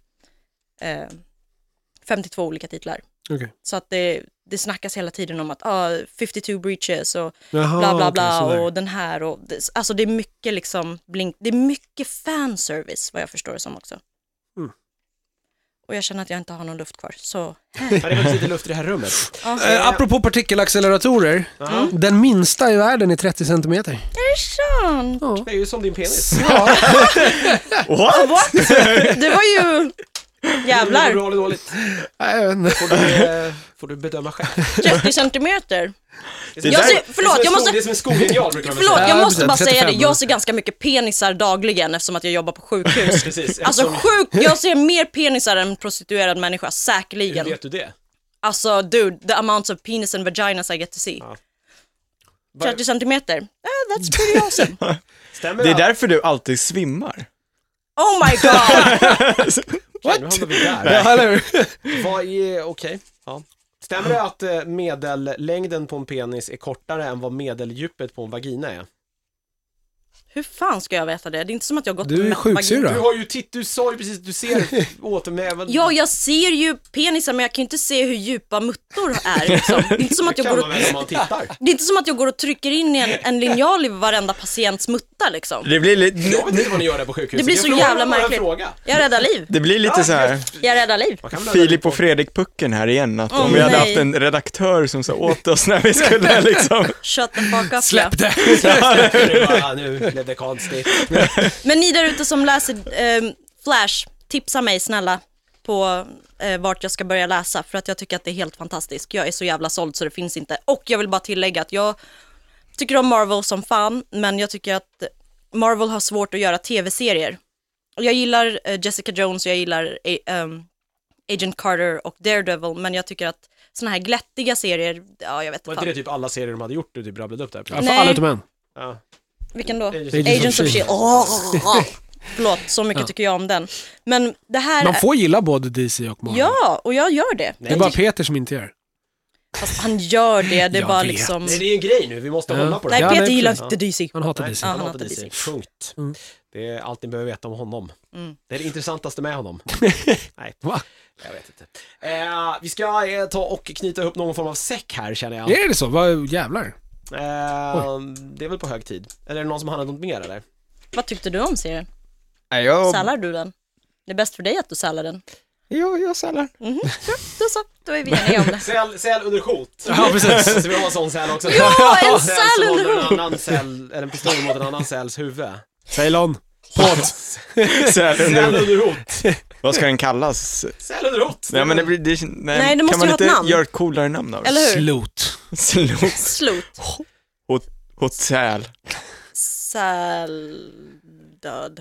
52 olika titlar. Okay. Så att det snackas hela tiden om att 52 breaches och bla bla bla och den här och alltså det är mycket liksom det är mycket fanservice vad jag förstår det som också. Och jag känner att jag inte har någon luft kvar så det är väl lite luft i det här rummet. Apropå partikelacceleratorer. Den minsta i världen är 30 centimeter. Är det sant? Det är ju som din penis. What? Det var ju jävlar. Bra eller dåligt? Får du bedöma själv. 30 centimeter. Förlåt, jag måste bara säga det. Jag ser ganska mycket penisar dagligen eftersom att jag jobbar på sjukhus. Precis, alltså jag ser mer penisar än en prostituerad människa, säkerligen. Hur vet du det? Alltså, dude, the amounts of penis and vaginas I get to see. 30 centimeter. That's pretty awesome. Stämmer det är därför du alltid svimmar. Oh my god! What? Nu hamnar vi där. Vad är okej? Ja. Stämmer det att medellängden på en penis är kortare än vad medeldjupet på en vagina är? Hur fan ska jag veta det? Det är inte som att jag har gått Du är sjuksyrra. Du har ju du sa ju precis, du ser åt med. Ja, jag ser ju penisar men jag kan inte se hur djupa muttor är liksom. Det är inte som att jag går och... Det är inte som att jag går och trycker in i en linjal i varenda patients mutta liksom. Det blir lite... Jag vet inte vad ni gör där på sjukhuset. Det blir så jävla märkligt. Jag räddar liv. Det blir lite så här. Jag räddar liv. Filip och Fredrik-pucken här igen. Att om vi hade haft en redaktör som sa åt oss när vi skulle liksom... Shut the fuck up. Släpp det. Nu blev det konstigt. Men ni där ute som läser Flash, tipsa mig snälla på vart jag ska börja läsa. För att jag tycker att det är helt fantastiskt. Jag är så jävla såld så det finns inte. Och jag vill bara tillägga att tycker om Marvel som fan, men jag tycker att Marvel har svårt att göra tv-serier. Jag gillar Jessica Jones och jag gillar Agent Carter och Daredevil, men jag tycker att såna här glättiga serier, ja jag vet inte. Var inte det typ alla serier de hade gjort du typ rabblade upp där? Ja, för alla utom en. Ja. Vilken då? Agents of S.H.I.E.L.D. Förlåt, så mycket tycker jag om den. Men det här... Man får gilla både DC och Marvel. Ja, och jag gör det. Det är bara Peter som inte gör. Fast han gör det, det är bara vet. liksom... Nej, det är en grej nu, vi måste hålla på det. Nej, Ja, Peter nej, gillar ja. inte DC. Han hatar DC. han Han hatar hatar DC. DC. Punkt. Mm. Det är allt ni behöver veta om honom. Det är det intressantaste med honom. Nej, Va? jag vet inte. Vi ska ta och knyta ihop någon form av säck här, känner jag. Är det så? Vad jävlar? Det är väl på hög tid. Eller är det någon som handlar något mer, eller? Vad tyckte du om serien? Jag Sällar du den? Det är bäst för dig att du sällar den. sällar. Då är vi eniga om det. Säl under hot. Ja, precis. Så vi har en sån säl också. Ja, en säl säl som under håller hot. en annan säl, eller en pistol mot en annan säls huvud. Ceylon. Säl under hot. Vad ska den kallas? Säl under hot. Nej, men Nej, det måste kan man ju ha ett inte namn. göra ett coolare namn av det? Eller hur? Slut. Slut. Hotell. Säldöd.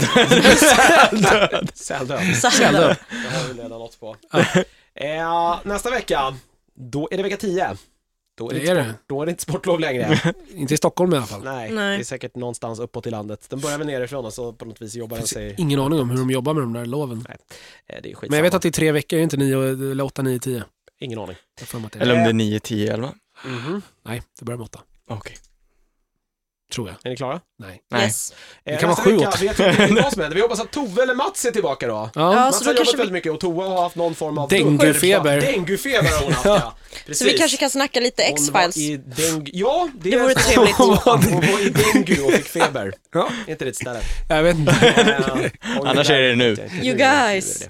Säldöd. Säldöd. Det har vi redan något på. Nästa vecka, då är det vecka 10. Då är det, Det är inte, då är det inte sportlov längre. Inte i Stockholm i alla fall. Nej, Nej. det är säkert någonstans uppåt i landet. Den börjar väl nerifrån och så på något vis jobbar den sig. Ingen aning om hur de jobbar med de där loven. Det är skitsamma. Men jag vet att det är 3 veckor, är det inte 9, eller 8, 9, 10? Ingen aning. Jag får mig att det är. Eller om det är 9, 10, 11. Nej, det börjar med 8. Okej. Tror jag. Är ni klara? Nej. Nej. Yes. Det kan vara Nästa 7 vecka åt. vet vi inte vad som händer. Vi hoppas att Tove eller Mats är tillbaka då. Ja. Ja, Mats så har då jobbat kanske väldigt mycket och Tove har haft någon form av Denguefeber. Denguefeber har hon haft, ja. Precis. Så vi kanske kan snacka lite Hon var X-Files. i ja, Det vore trevligt. Hon var i dengue och fick feber. Ja. Är inte det ett ställe? Jag vet inte. Annars är det nu. You guys.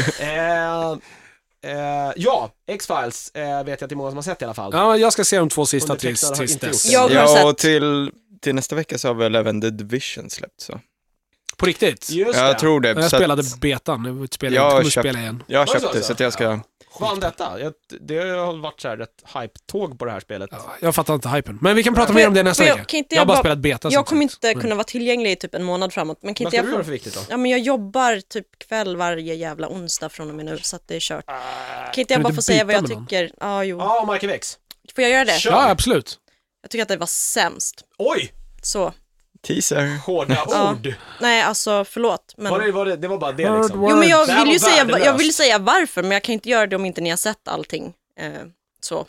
Ja, X-Files vet jag att det är många som har sett i alla fall. Ja, jag ska se de 2 sista tills Undertecknad har inte dess. gjort det. Jag har Ja, och sett. till nästa vecka så har väl även The Division släppt så. På riktigt? Just Jag det. tror det. Jag så spelade att betan, jag Jag kommer köpt- spela igen. jag har Var det köpt så det så att jag ska... Vann detta? Det har varit så här ett hype-tåg på det här spelet. Ja, jag fattar inte hypen. Men vi kan prata mer om det nästa Får jag- vecka. kan inte Jag har jag bara bara- spelat beta. Jag kommer sagt. inte kunna vara tillgänglig i typ en månad framåt. Men kan Vad inte ska du jag göra få... för viktigt då? Ja, men jag jobbar typ kväll varje jävla onsdag från och med nu, så att det är kört. Kan inte jag Kan bara du få säga vad byta jag med någon? tycker? Ja, jo. Ja, Michael Vex. Får jag göra det? Kör. Ja, absolut. Jag tycker att det var sämst. Oj, Så. Teaser. hårda Ja. ord. Nej, alltså förlåt. Men... Det var bara det liksom. Jo, men jag Det här vill ju var säga, värdelöst. jag vill säga varför, men jag kan inte göra det om inte ni har sett allting. Så.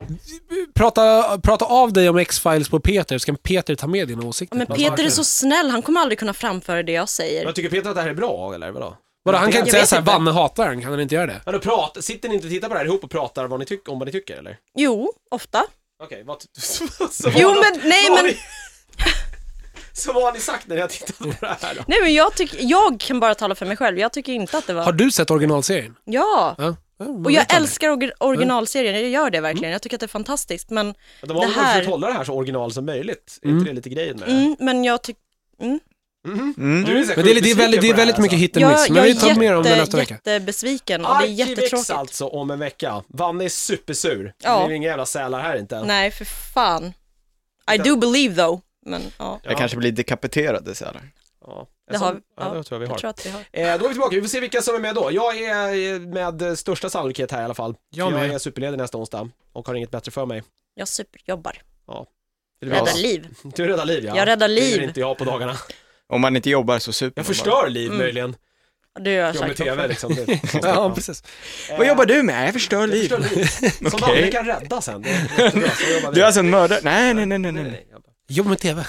Prata av dig om X-Files på Peter, så kan Peter ta med dina åsikter. Men Peter är så snäll, han kommer aldrig kunna framföra det jag säger. Jag tycker Peter att det här är bra, eller vadå? Vadå, han kan inte Jag säga vet såhär, inte. Vanne hatar den, kan han inte göra det? Men då sitter ni inte och tittar på det här ihop och pratar om vad ni tycker, eller? Jo, ofta. Okej, vad... Jo, men nej, men... Så vad har ni sagt när ni har tittat på det här då? Nej, men jag kan bara tala för mig själv. Jag tycker inte att det var... Har du sett originalserien? Ja, Ja. och jag älskar originalserien. Jag gör det verkligen. Jag tycker att det är fantastiskt, men De har det väl här... försökt hålla det här så original som möjligt. Är inte det lite grejen med det? men jag tycker... Du är så här Men det är sjukt besviken väldigt, på det här, mycket hit and Jag, miss. Men jag vi tar mer om det är nästa vecka. jättebesviken och det är Arkivex jättetråkigt. alltså om en vecka. Vanne är supersur. Ja. Det blir inga jävla sälar här inte. Nej, för fan. I do believe though. Men ja, Jag kanske blir dekapiterade så här. Ja. det har vi. Ja, det tror jag vi har. Jag tror att vi har. Då är vi tillbaka, vi får se vilka som är med då. Jag är med största sannolikhet här i alla fall. Jag med. är superledig nästa onsdag och har inget bättre för mig. Jag superjobbar. Är det bra? Räddar liv. Du räddar liv, ja. Jag räddar Det liv. gör inte jag på dagarna. Om man inte jobbar så super Jag man förstör liv möjligen. Det gör jag Jag med säkert. TV liksom. Ja, precis. bara. Vad jobbar du med? Jag förstör liv. Jag förstör liv. Som Okej. aldrig kan rädda sen. Det är jättebra, så jobbar vi. Du är alltså en mördare? Nej. Nej. Jobba med TV.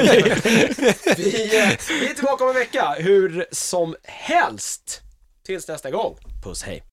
Vi är tillbaka om en vecka, hur som helst. Tills nästa gång. Puss, hej.